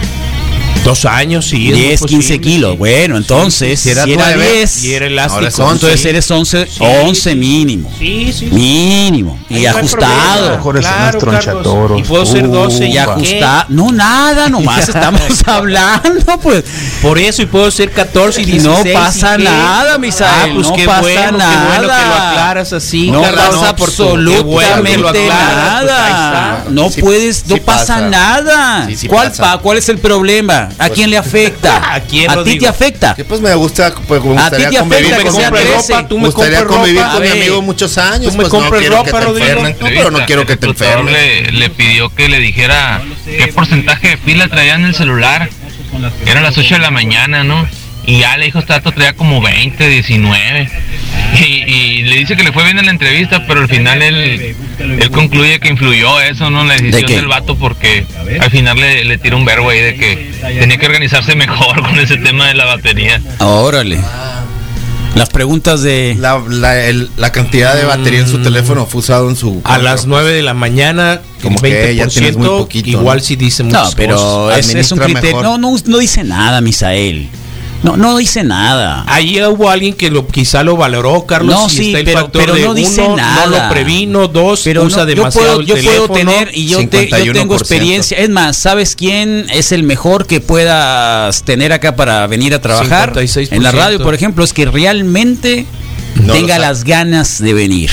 S10: 2 años, sí.
S7: 10-15 kilos. Sí. Bueno, entonces, si era 10
S10: y era elástico,
S7: entonces eres 11 mínimo.
S10: Sí.
S7: Mínimo. Y ajustado.
S5: Mejor es nuestro tronchatoros.
S10: Y puedo ser 12
S7: y ajustado. No, nada, nomás estamos hablando, pues.
S10: Por eso, y puedo ser 14 y 16.
S7: No pasa nada, Misael.
S10: Pues
S7: no
S10: qué
S7: pasa
S10: nada.
S7: Qué
S10: bueno que lo aclaras así.
S7: No pasa absolutamente nada. No puedes, no pasa nada. ¿Cuál es el problema? ¿A quién le afecta?
S10: ¿A quién?
S7: ¿A ti te afecta?
S9: Que pues me gusta, pues me gustaría convivir
S10: tú me compras ropa
S9: con mi amigo muchos años.
S10: Tú me compras ropa, Rodrigo.
S9: Pero no quiero que te enfermes.
S1: Le pidió que le dijera qué porcentaje de pila traía en el celular. Eran las 8 de la mañana, ¿no? Y ya le dijo, Tato traía como 20, 19. Y le dice que le fue bien en la entrevista, pero al final él concluye que influyó eso, ¿no? La decisión del vato, porque al final le tiró un verbo ahí de que tenía que organizarse mejor con ese tema de la batería.
S7: Órale. Las preguntas de...
S9: La cantidad de batería en su teléfono fue usado en su...
S10: A las 9 de la mañana,
S9: como 20%, que ya tienes muy poquito,
S10: igual si dice muchas cosas.
S7: No, pero es un criterio. No dice nada, Misael. No dice nada.
S10: Ahí hubo alguien que quizá lo valoró, Carlos.
S7: No, sí,
S10: está el
S7: pero
S10: factor
S7: no
S10: de
S7: dice
S10: uno,
S7: nada.
S10: No lo previno, 2,
S7: pero
S10: usa demasiado el teléfono.
S7: Yo puedo tener, y yo tengo experiencia. Es más, ¿sabes quién es el mejor que puedas tener acá para venir a trabajar? 56%. En la radio, por ejemplo, es que realmente tenga las ganas de venir.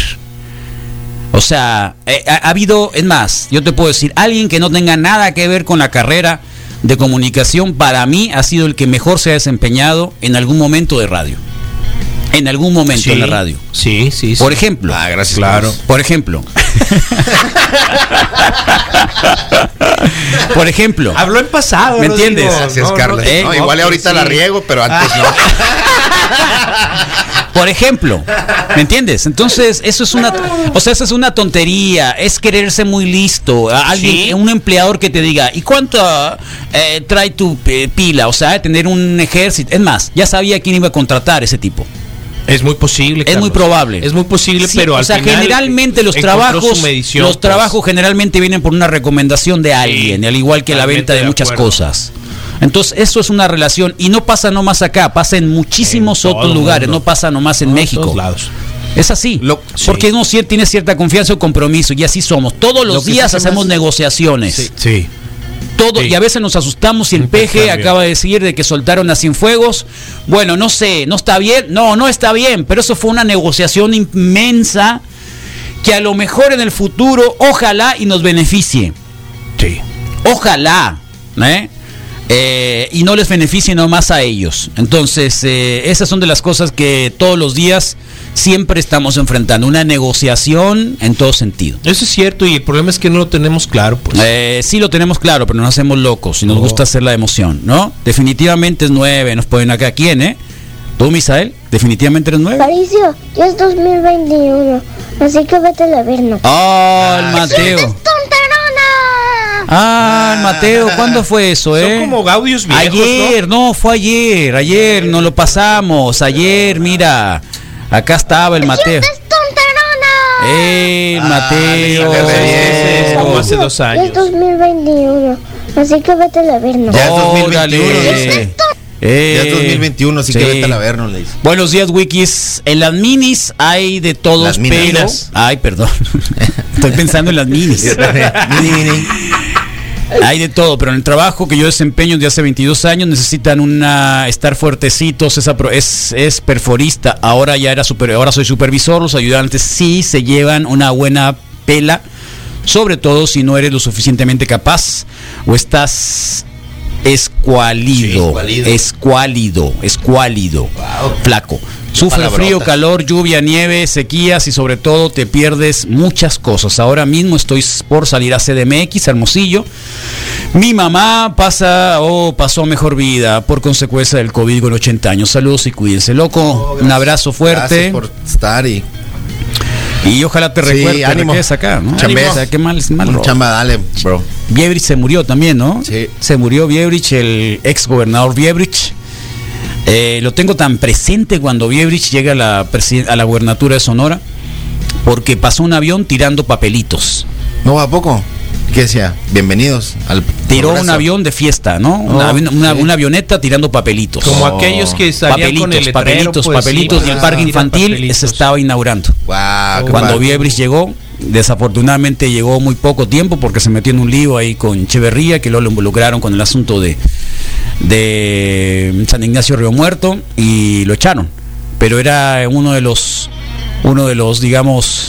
S7: O sea, ha habido, es más, yo te puedo decir, alguien que no tenga nada que ver con la carrera de comunicación, para mí ha sido el que mejor se ha desempeñado en algún momento de radio. En algún momento en la radio.
S10: Sí.
S7: Por ejemplo.
S9: Gracias.
S10: Claro.
S7: Por ejemplo. Por ejemplo.
S10: Habló en pasado.
S7: ¿Me entiendes?
S9: Gracias, Carlos. Igual ahorita la riego, pero antes no.
S7: Por ejemplo, ¿me entiendes? Entonces, esa es una tontería, es quererse muy listo. Alguien, un empleador que te diga, ¿y cuánto trae tu pila? O sea, tener un ejército. Es más, ya sabía quién iba a contratar ese tipo.
S10: Es muy posible, Carlos.
S7: Es muy probable.
S10: Es muy posible, pero al final
S7: generalmente los trabajos generalmente vienen por una recomendación de alguien, al igual que la venta de muchas cosas. Entonces, eso es una relación y no pasa nomás acá, pasa en muchísimos otros lugares, no pasa nomás en México.
S10: En todos lados.
S7: Es así, porque uno tiene cierta confianza o compromiso y así somos. Todos los días hacemos negociaciones.
S10: Sí.
S7: Y a veces nos asustamos si el peje acaba de decir de que soltaron a Cienfuegos. Bueno, no sé, ¿no está bien? No está bien, pero eso fue una negociación inmensa que a lo mejor en el futuro, ojalá y nos beneficie.
S10: Sí.
S7: Ojalá, y no les beneficie nomás a ellos. Entonces, esas son de las cosas que todos los días siempre estamos enfrentando, una negociación en todo sentido.
S10: Eso es cierto, y el problema es que no lo tenemos claro, pues.
S7: Sí lo tenemos claro, pero nos hacemos locos y nos gusta hacer la emoción, ¿no? Definitivamente es 9, nos ponen acá. ¿Quién, ¿Tú, Misael? ¿Definitivamente eres 9?
S8: Paricio, ya es 2021. así que vete al Averno.
S7: ¡Oh, el Mateo! Ah, el Mateo, ¿cuándo fue eso,
S10: Son como audios viejos,
S7: ayer, ¿no? Fue ayer nos lo pasamos, ayer, mira, acá estaba el Mateo. Mateo.
S10: Como hace 2 años.
S8: Es 2021, así que vete al Averno.
S9: Ya es 2021. Ya es 2021, así que vete al Averno, le dice.
S7: Buenos días, Wikis. En las minis hay de todos,
S9: las
S7: pero...
S9: minas.
S7: Ay, perdón. Estoy pensando en las minis. Hay de todo, pero en el trabajo que yo desempeño desde hace 22 años necesitan estar fuertecitos. Es perforista. Ahora ya ahora soy supervisor. Los ayudantes sí se llevan una buena pela, sobre todo si no eres lo suficientemente capaz o estás escuálido. Wow. Flaco. Sufre frío, calor, lluvia, nieve, sequías y sobre todo te pierdes muchas cosas. Ahora mismo estoy por salir a CDMX, Hermosillo. Mi mamá pasó mejor vida por consecuencia del COVID con 80 años. Saludos y cuídense, loco. Un abrazo fuerte.
S9: Gracias por estar y
S7: ojalá te recuerdes acá, ¿no? O sea, qué mal es malo.
S9: Chamba, dale, bro.
S7: Viebrich se murió también, ¿no?
S9: Sí.
S7: Se murió Viebrich, el ex gobernador Viebrich. Lo tengo tan presente cuando Viebrich llega a la gubernatura de Sonora, porque pasó un avión tirando papelitos.
S9: ¿No, a poco? ¿Qué decía? Bienvenidos al
S7: Tiró
S9: progreso.
S7: un avión de fiesta, ¿no? Una avioneta tirando papelitos.
S10: Como aquellos que salían con el letrero,
S7: papelitos, y el parque infantil se estaba inaugurando.
S9: Wow,
S7: cuando Viebrich llegó, desafortunadamente llegó muy poco tiempo porque se metió en un lío ahí con Echeverría, que luego lo involucraron con el asunto de San Ignacio Río Muerto y lo echaron. Pero era uno de los digamos,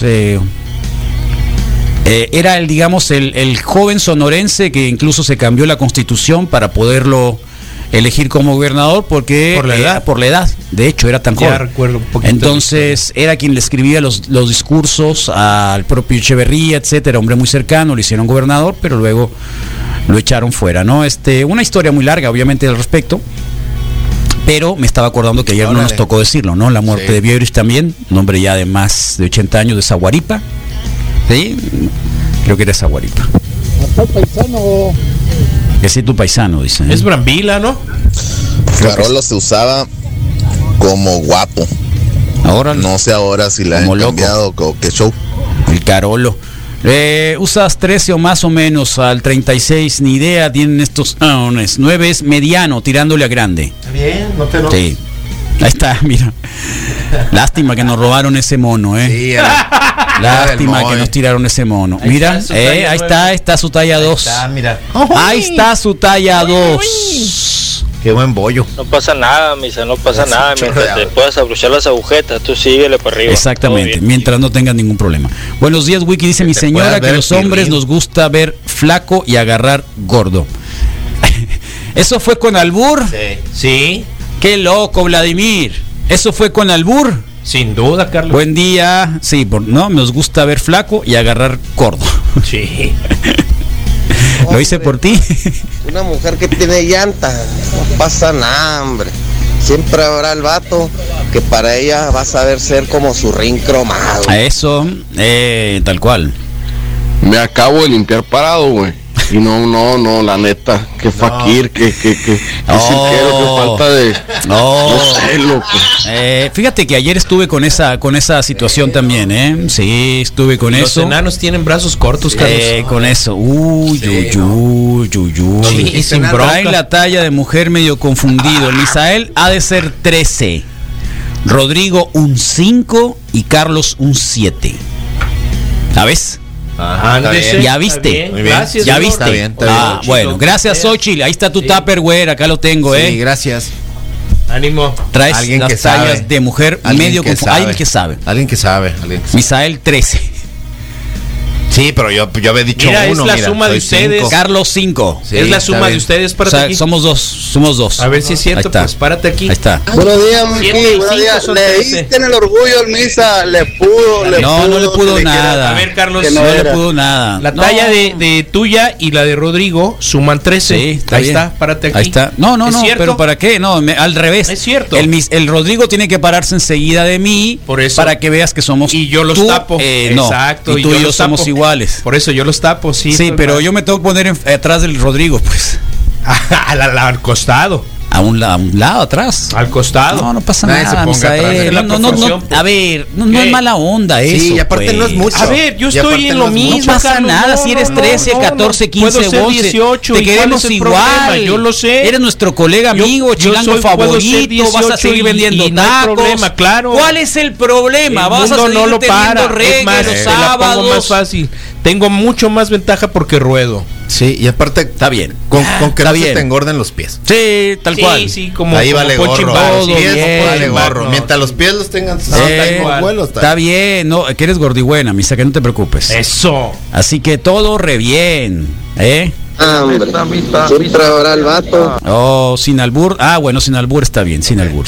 S7: era el joven sonorense que incluso se cambió la constitución para poderlo elegir como gobernador porque por la edad, de hecho era tan joven.
S10: Recuerdo un poquito.
S7: Entonces era quien le escribía los discursos al propio Echeverría, etcétera, hombre muy cercano, lo hicieron gobernador, pero luego lo echaron fuera, ¿no? Una historia muy larga, obviamente, al respecto. Pero me estaba acordando que ayer no nos tocó decirlo, ¿no? La muerte de Viebrich también, un hombre ya de más de 80 años de Zaguaripa. ¿Sí? Creo que era Zaguaripa.
S11: Paisano.
S7: Que sí, tu paisano, dice.
S10: Es Brambila, ¿no?
S20: Carolo se usaba como guapo.
S7: Ahora
S20: no sé ahora si la han cambiado o qué show.
S7: El Carolo. Usas 13 o más o menos al 36, ni idea tienen estos 9 es mediano, tirándole a grande.
S9: Bien, no te enojes.
S7: Sí. Ahí está, mira. Lástima que nos robaron ese mono,
S9: Sí,
S7: lástima que nos tiraron ese mono. Mira, ahí está su talla 2. Ahí está su talla 2.
S9: Qué buen bollo.
S16: No pasa nada, misa, no pasa nada. Mientras te puedas abrochar las agujetas, tú síguele para arriba.
S7: Exactamente, mientras no tengas ningún problema. Buenos días, Wiki. Dice mi señora que los hombres nos gusta ver flaco y agarrar gordo. ¿Eso fue con albur?
S10: Sí.
S7: Qué loco, Vladimir. ¿Eso fue con albur?
S10: Sin duda, Carlos.
S7: Buen día. Sí, nos gusta ver flaco y agarrar gordo.
S10: Sí.
S7: Lo hice por ti.
S14: Una mujer que tiene llanta, no pasa nada, hombre. Siempre habrá el vato que para ella va a saber ser como su rin cromado.
S7: A eso, tal cual.
S19: Me acabo de limpiar parado, güey. Y no, la neta, que fakir, que cirquero, que falta de... No sé, loco.
S7: Fíjate que ayer estuve con esa situación también, Sí, estuve con eso.
S10: Los enanos tienen brazos cortos, Carlos.
S7: Con eso. Uy.
S10: Sí, sin bronca.
S7: Trae la talla de mujer medio confundido. El Misael ha de ser 13. Rodrigo un 5 y Carlos un 7. ¿Sabes?
S10: Ajá,
S7: ya viste.
S10: Gracias,
S7: ya viste.
S9: Está bien.
S7: Bueno, gracias, Xochitl. Ahí está tu Tupperware, acá lo tengo,
S9: Sí, gracias.
S10: Ánimo.
S7: Traes
S9: alguien
S7: las
S9: que
S7: tallas
S9: sabe.
S7: de mujer
S9: Alguien
S7: medio
S9: que
S7: alguien que sabe.
S9: Alguien que sabe.
S7: Misael 13.
S9: Sí, pero yo había dicho
S10: mira,
S9: uno.
S10: Es la suma de ustedes.
S7: 5. Carlos 5.
S10: Sí, es la suma de ustedes.
S7: O sea, aquí. Somos dos.
S10: A ver si es cierto, pues párate aquí.
S7: Ahí está.
S12: Buenos días, Miki. Buenos días. Le diste en el orgullo al Misa. Le pudo.
S7: No le pudo nada.
S10: A ver, Carlos.
S7: No le pudo nada.
S10: La talla de tuya y la de Rodrigo suman 13.
S7: Sí,
S10: ahí está, párate aquí.
S7: Ahí está. No, pero ¿para qué? No, al revés.
S10: Es cierto.
S7: El Rodrigo tiene que pararse enseguida de mí.
S10: Por eso.
S7: Para que veas que somos.
S10: Y yo los tapo.
S7: Exacto. Y tú y yo somos iguales.
S10: Por eso yo los tapo, sí.
S7: Sí, pero yo me tengo que poner atrás del Rodrigo, pues.
S10: Al costado.
S7: A un lado, atrás.
S10: Al costado.
S7: No pasa nada. No, a ver, no es mala onda eso.
S9: Sí, y aparte
S7: pues.
S9: No es mucho.
S10: A ver, yo estoy en lo mismo.
S7: No pasa nada si eres 13, 14, 15, 11.
S10: 18.
S7: Te queremos igual.
S10: Yo lo sé.
S7: Eres nuestro colega, amigo, chilango favorito. Vas a seguir vendiendo tacos.
S10: No hay problema, claro.
S7: ¿Cuál es el problema?
S10: Vas a seguir
S7: teniendo reggae los sábados.
S10: Más fácil. Tengo mucho más ventaja porque ruedo.
S9: Sí, y aparte está bien. Con que no se te engorden los pies.
S7: Sí, tal cual.
S10: Sí, como
S9: ahí vale gorro.
S7: Vale
S9: gorro. Mientras los pies los tengan
S7: está bien, no, que eres gordibuena, Misa, que no te preocupes.
S10: Eso.
S7: Así que todo re bien,
S14: Hombre, siempre habrá el vato.
S7: Oh, sin albur. Bueno, sin albur está bien, sin albur.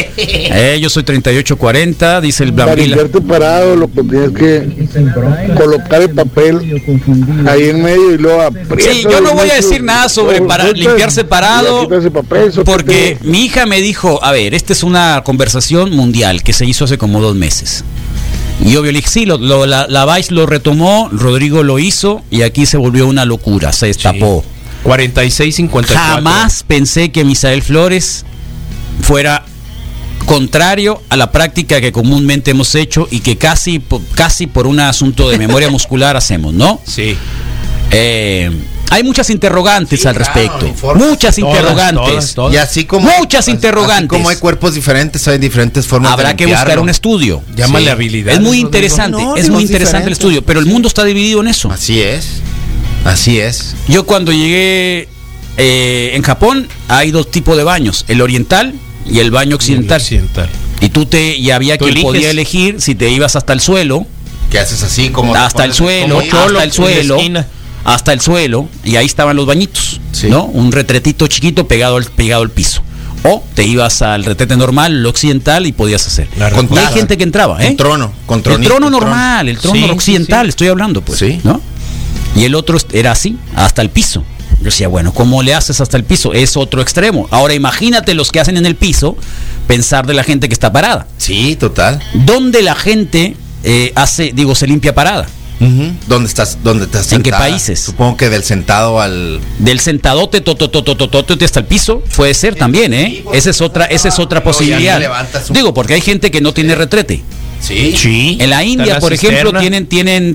S7: Yo soy 3840, dice el Blanvila.
S21: Para limpiarte parado, lo que tienes que colocar el papel ahí en medio y luego aprietas.
S7: Sí, yo no voy a decir nada sobre limpiarse parado, porque mi hija me dijo, a ver, esta es una conversación mundial que se hizo hace como 2 meses. Y obvio le dije, sí, la Vice lo retomó, Rodrigo lo hizo y aquí se volvió una locura, se destapó.
S10: 46-54.
S7: Jamás pensé que Misael Flores fuera contrario a la práctica que comúnmente hemos hecho y que casi por un asunto de memoria muscular hacemos, ¿no?
S10: Sí.
S7: Hay muchas interrogantes al respecto. Muchas interrogantes.
S9: Todas. Y así como
S7: muchas interrogantes.
S9: Así como hay cuerpos diferentes, hay diferentes formas
S7: Habrá que buscar un estudio.
S10: Llámale habilidad.
S7: Es muy interesante, es muy interesante el estudio, pero el mundo está dividido en eso.
S9: Así es.
S7: Yo cuando llegué en Japón hay 2 tipos de baños, el oriental y el baño occidental. Y había quien podía elegir si te ibas hasta el suelo.
S9: ¿Qué haces así como
S7: hasta el suelo, hasta el suelo, y ahí estaban los bañitos, sí. ¿No? Un retretito chiquito pegado al piso. O te ibas al retrete normal, el occidental, y podías hacer. Y hay gente que entraba,
S9: el trono
S7: normal, el trono occidental, estoy hablando, pues,
S9: sí.
S7: ¿No? Y el otro era así, hasta el piso. Yo decía, bueno, ¿cómo le haces hasta el piso? Es otro extremo. Ahora imagínate los que hacen en el piso, pensar de la gente que está parada.
S9: Sí, total.
S7: ¿Dónde la gente se limpia parada?
S9: ¿Dónde estás sentada?
S7: ¿En qué países?
S9: Supongo que del sentado al...
S7: Del sentadote hasta el piso, puede ser también, Esa es otra posibilidad. Digo, porque hay gente que no tiene retrete.
S9: Sí.
S7: En la India, por ejemplo, tienen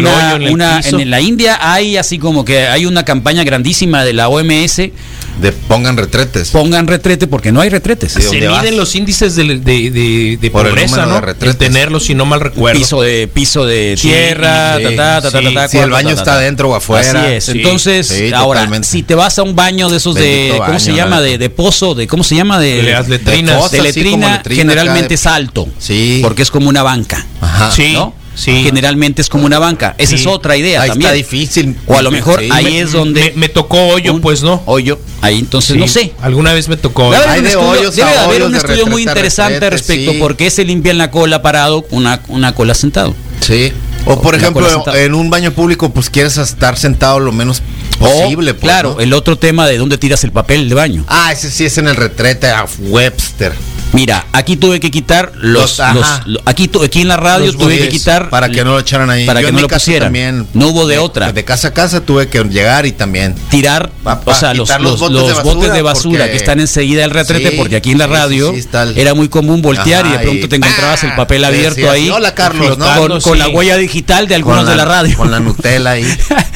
S7: una en la India hay así como que hay una campaña grandísima de la OMS
S9: de pongan retrete porque no hay retretes.
S10: Se miden los índices de pobreza, ¿no? De tenerlos, si no mal recuerdo.
S7: Piso de tierra,
S9: si el baño está adentro o afuera.
S7: Así es. Entonces, ahora, si te vas a un baño de esos ¿cómo se llama? De pozo, ¿cómo se llama? De
S10: las letrinas.
S7: De letrina, generalmente es alto.
S9: Sí.
S7: Porque es como una banca.
S9: Ajá.
S10: Sí.
S7: ¿No?
S10: Sí.
S7: Generalmente es como una banca. Esa es otra idea.
S9: Ahí
S7: también.
S9: Está difícil.
S7: O a lo mejor ahí es donde
S10: me tocó hoyo, pues no.
S7: Hoyo. Ahí entonces no sé.
S10: Alguna vez me tocó.
S7: Debe haber un estudio muy interesante al respecto. ¿Por qué se limpian la cola parado, una cola sentado?
S9: Sí. O por ejemplo, en un baño público, pues quieres estar sentado lo menos posible. Pues,
S7: claro, ¿no? El otro tema de dónde tiras el papel de baño.
S9: Ese sí es en el retrete a Webster.
S7: Mira, aquí tuve que quitar aquí en la radio tuve que quitar
S9: para que no lo echaran ahí.
S7: Para que no lo pusieran.
S9: También,
S7: no hubo de otra.
S9: De casa a casa tuve que llegar y también
S7: tirar, los botes de basura que están enseguida del retrete, porque aquí en la radio era muy común voltear y de pronto te encontrabas el papel abierto ahí.
S9: Hola, Carlos,
S7: con la huella digital de algunos de la radio.
S9: Con la Nutella ahí.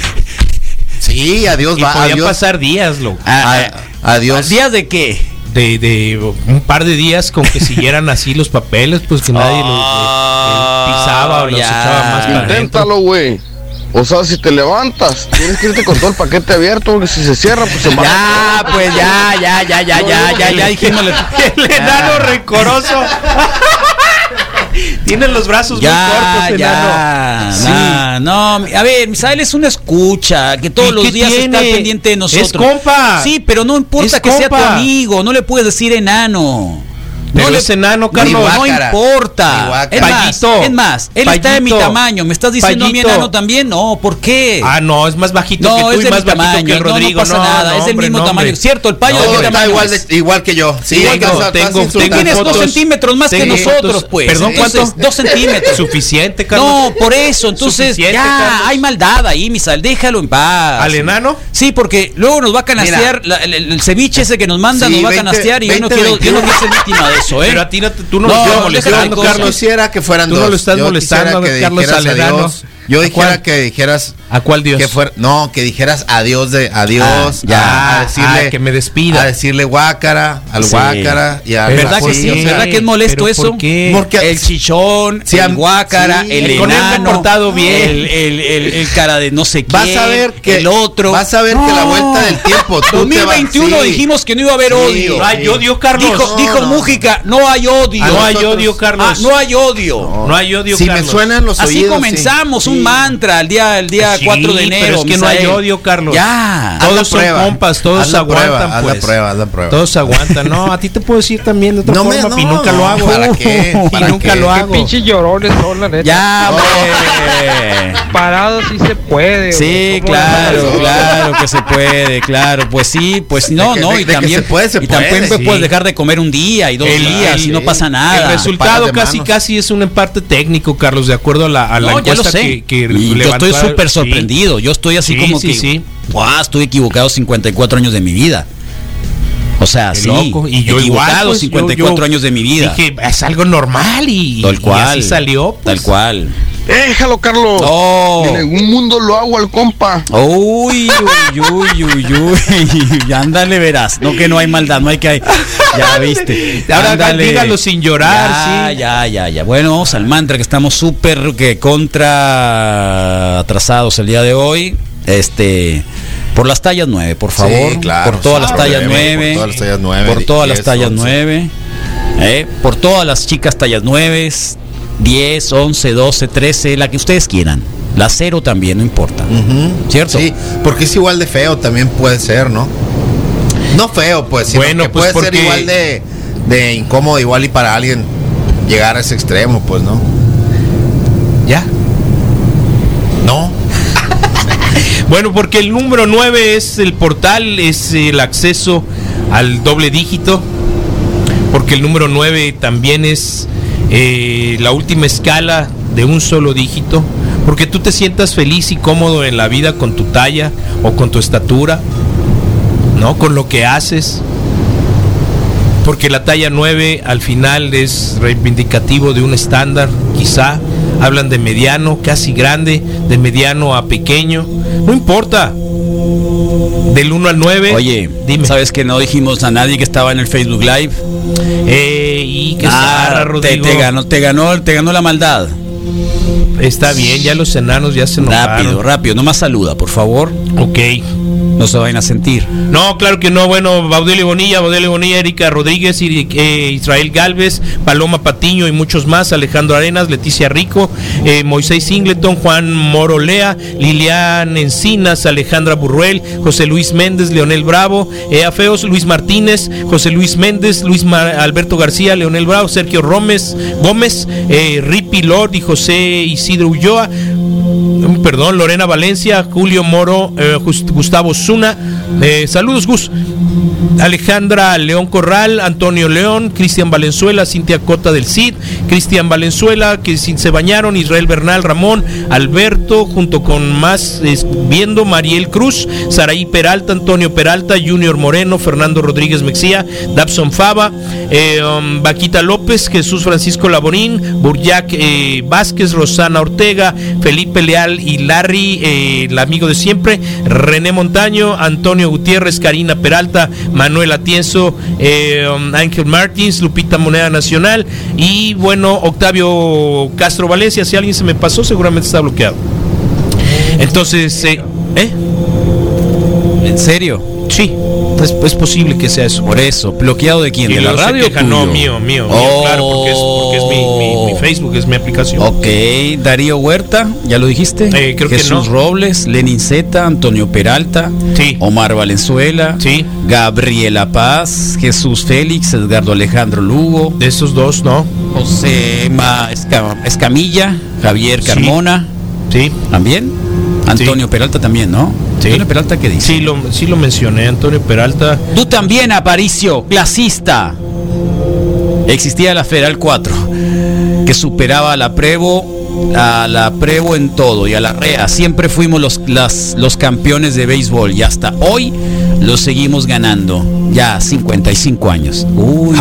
S9: Sí, adiós.
S10: Podían pasar días, loco.
S9: Adiós.
S7: ¿Días de qué?
S10: De un par de días con que siguieran así los papeles, pues que nadie los pisaba o los echaba más para adentro.
S12: Inténtalo, güey. O sea, si te levantas, tienes que irte con todo el paquete abierto, porque si se cierra, pues se va.
S7: Ya, pues ya dijimos.
S10: El enano rencoroso. Tienen los brazos muy cortos, enano.
S7: No, a ver, Misael es una escucha, que todos los días está pendiente de nosotros.
S10: Es compa.
S7: Sí, pero no importa que sea tu amigo, no le puedes decir enano.
S10: No es enano, Carlos.
S7: No importa. Es más, él está de mi tamaño. ¿Me estás diciendo a mi enano también? No, ¿por qué?
S10: No, es más bajito que tú y más bajito que Rodrigo.
S7: No pasa nada, es del mismo tamaño. Cierto, el payo
S9: es igual que yo. Sí,
S7: tú tienes 2 centímetros más que nosotros, pues.
S10: Perdón, ¿cuánto?
S7: 2 centímetros.
S10: Suficiente, Carlos.
S7: No, por eso. Entonces, ya, hay maldad ahí, Misael. Déjalo en paz.
S10: ¿Al enano?
S7: Sí, porque luego nos va a canastear el ceviche ese que nos manda, nos va a canastear y yo no quiero ser víctima de eso.
S10: Pero a ti tú no lo estás molestando, Carlos.
S9: Quisiera que fueran
S10: dos. Tú no lo estás molestando, Carlos Aledano.
S9: Yo dijera que dijeras
S10: ¿a cuál Dios?
S9: Que dijeras adiós
S10: a decirle
S9: que me despida, a decirle guácara al guácara y a
S7: ¿verdad que sí? ¿Verdad que es molesto eso?
S10: ¿Por qué?
S7: Porque el chichón, el guácara, el enano,
S10: portado bien,
S7: el cara de no sé quién,
S9: vas a ver que
S7: el otro.
S9: Vas a ver que la vuelta del tiempo
S7: 2021 dijimos que no iba a haber odio.
S10: No hay odio, Carlos.
S7: Dijo Mújica, no hay odio.
S10: No hay odio, Carlos.
S7: No hay odio.
S10: No hay odio,
S9: Carlos. Si me suenan los oídos.
S7: Así comenzamos un mantra el día 4 de enero.
S10: Pero es que no hay odio, Carlos.
S7: Ya.
S10: Todos son compas, todos aguantan.
S9: Haz la prueba.
S10: Todos aguantan. No, a ti te puedo decir también de otra forma, y nunca lo hago.
S9: ¿Para qué?
S10: Y nunca lo hago.
S13: Qué pinches llorones son, la neta.
S7: Ya, hombre.
S13: Parados sí se puede.
S7: Sí, claro que se puede, claro. Pues sí, pues no, y también puedes dejar de comer un día y 2 días y no pasa nada.
S10: El resultado casi es un empate técnico, Carlos, de acuerdo a la encuesta que
S7: yo estoy súper sorprendido. Yo estoy así como que estoy equivocado 54 años de mi vida. O sea,
S10: loco. Y yo
S7: equivocado igual, 54 años de mi vida.
S10: Dije, es algo normal y así salió.
S7: Tal cual.
S21: Déjalo, Carlos. En algún mundo lo hago al compa.
S7: Uy. Ándale, verás. No que no hay maldad, no hay que hay. Ya viste.
S10: Ahora dígalo sin llorar.
S7: Ya. Bueno, vamos al mantra que estamos súper contra atrasados el día de hoy. Por las tallas 9, por favor.
S9: Sí, claro.
S7: Por todas las tallas 9.
S9: Por todas las tallas 9.
S7: Por todas las tallas 9. Por todas las chicas tallas 9. 10, 11, 12, 13, la que ustedes quieran. La 0 también, no importa. ¿Cierto?
S9: Sí, porque es igual de feo, también puede ser, ¿no? No feo, pues, sino que puede ser igual de incómodo, igual y para alguien llegar a ese extremo, pues, ¿no?
S10: ¿Ya?
S9: No.
S10: Bueno, porque el número 9 es el portal, es el acceso al doble dígito. Porque el número 9 también es la última escala de un solo dígito, porque tú te sientas feliz y cómodo en la vida con tu talla o con tu estatura, ¿no? Con lo que haces, porque la talla 9 al final es reivindicativo de un estándar, quizá hablan de mediano, casi grande, de mediano a pequeño, no importa. Del 1 al 9.
S7: Oye, dime. ¿Sabes que no dijimos a nadie que estaba en el Facebook Live?
S10: Y que Rodrigo.
S7: Te ganó la maldad.
S10: Está bien, ya los enanos ya se enojaron.
S7: Rápido, nomás saluda, por favor.
S10: Ok.
S7: No se vayan a sentir.
S10: No, claro que no. Bueno, Baudelio Bonilla, Erika Rodríguez, Israel Galvez, Paloma Patiño y muchos más, Alejandro Arenas, Leticia Rico, Moisés Singleton, Juan Morolea, Lilian Encinas, Alejandra Burruel, José Luis Méndez, Leonel Bravo, Afeos, Luis Martínez, José Luis Méndez, Alberto García, Leonel Bravo, Sergio Gómez, Ripi Lord y José Isidro Ulloa, Lorena Valencia, Julio Moro, Gustavo Zuna, saludos Gus, Alejandra León Corral, Antonio León, Cristian Valenzuela, Cintia Cota del Cid, Cristian Valenzuela, que se bañaron, Israel Bernal, Ramón, Alberto, junto con más viendo, Mariel Cruz, Saraí Peralta, Antonio Peralta, Junior Moreno, Fernando Rodríguez Mexía, Dabson Fava, Vaquita López, Jesús Francisco Laborín, Burjac Vázquez, Rosana Ortega, Felipe Leal y Larry, el amigo de siempre, René Montaño, Antonio Gutiérrez, Karina Peralta, Manuel Atienzo, Ángel Martins, Lupita Moneda Nacional y bueno, Octavio Castro Valencia. Si alguien se me pasó, seguramente está bloqueado. Entonces,
S7: ¿en serio?
S10: Sí, es posible que sea eso.
S7: Por eso, ¿bloqueado de quién?
S10: Y
S7: ¿De la radio?
S10: No, mío, claro, porque es mi Facebook, es mi aplicación.
S7: Ok, Darío Huerta, ¿ya lo dijiste?
S10: Creo
S7: Jesús
S10: que no.
S7: Robles, Lenin Z, Antonio Peralta,
S10: sí.
S7: Omar Valenzuela,
S10: sí.
S7: Gabriela Paz, Jesús Félix, Edgardo Alejandro Lugo.
S10: De esos dos, ¿no?
S7: José Escamilla, Javier Carmona.
S10: Sí.
S7: ¿También? Antonio Peralta también, ¿no?
S10: Sí.
S7: Antonio Peralta, ¿qué dice?
S10: Sí lo mencioné, Antonio Peralta.
S7: Tú también, Aparicio, clasista. Existía la Federal 4, que superaba a la Prevo en todo, y a la REA. Siempre fuimos los campeones de béisbol, y hasta hoy lo seguimos ganando. Ya 55 años. Uy,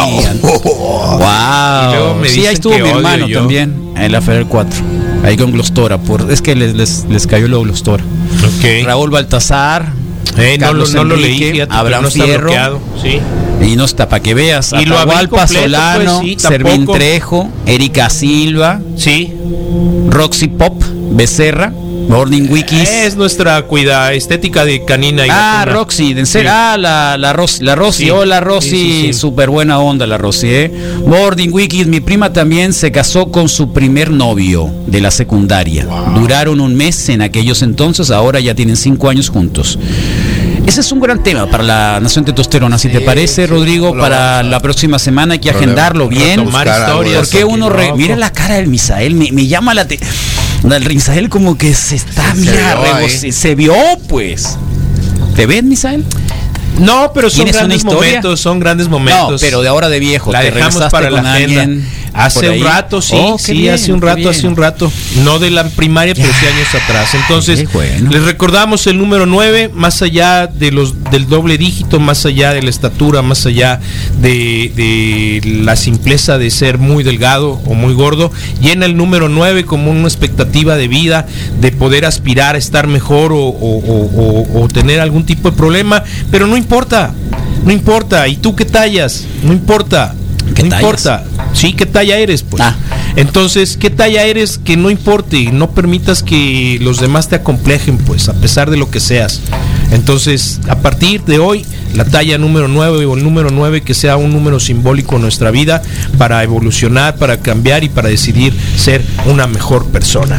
S7: wow. Sí, ahí estuvo mi hermano también en la Federal 4. Ahí con Glostora, es que les cayó lo Glostora.
S10: Okay.
S7: Raúl Baltazar, Carlos
S10: no lo
S7: Enrique,
S10: leí, fíjate,
S7: Abraham
S10: no está
S7: Fierro.
S10: bloqueado, sí.
S7: Y no está, para que veas.
S10: Y lo abrí
S7: Atahualpa
S10: completo,
S7: Solano,
S10: pues, sí,
S7: Servín
S10: tampoco.
S7: Trejo, Erika Silva,
S10: sí.
S7: Roxy Pop, Becerra, Morning Wikis.
S10: Es nuestra estética de canina. Y
S7: Roxy, de
S10: sí.
S7: la Rosy.
S10: Sí.
S7: Hola Rosy,
S10: Sí.
S7: súper buena onda la Rosy, Morning Wikis, mi prima también se casó con su primer novio de la secundaria. Wow. Duraron un mes en aquellos entonces, ahora ya tienen 5 años juntos. Ese es un gran tema para la Nación Testosterona, si te parece, Rodrigo, para la próxima semana hay que agendarlo bien.
S10: Tomar historias.
S7: Porque uno mira la cara del Misael, me llama la atención. El Misael como que se está, se vio, pues. ¿Te ves, Misael?
S10: No, pero son grandes momentos,
S7: No, pero de ahora de viejo.
S10: La
S7: ¿te
S10: dejamos para la agenda. Hace un rato, hace un rato. No de la primaria, pero sí años atrás. Entonces, les recordamos el número 9, más allá del doble dígito, más allá de la estatura, más allá de la simpleza de ser muy delgado o muy gordo, llena el número 9 como una expectativa de vida, de poder aspirar a estar mejor o tener algún tipo de problema, pero no importa. ¿Y tú qué tallas? No importa. Sí, ¿qué talla eres? Pues. Entonces, ¿qué talla eres? Que no importe, no permitas que los demás te acomplejen, pues, a pesar de lo que seas. Entonces, a partir de hoy, la talla número 9 o el número 9 que sea un número simbólico en nuestra vida para evolucionar, para cambiar y para decidir ser una mejor persona.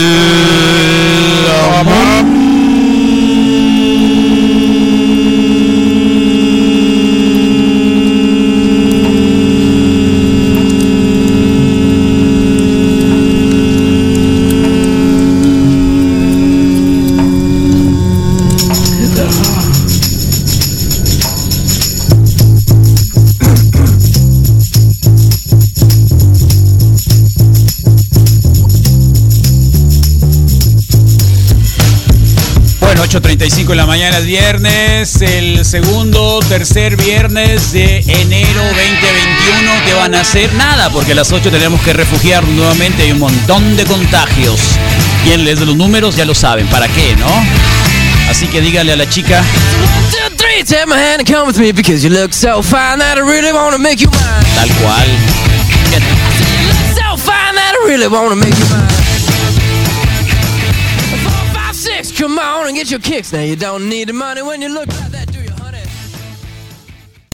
S7: Bueno, 8:35 de la mañana es viernes, el tercer viernes de enero 2021. ¿Qué van a hacer? Nada, porque a las 8 tenemos que refugiarnos nuevamente. Hay un montón de contagios. Quien les dé los números ya lo saben. ¿Para qué, no? Así que dígale a la chica. Tal cual.
S3: Come on and get your kicks. Now you don't need the money when you look like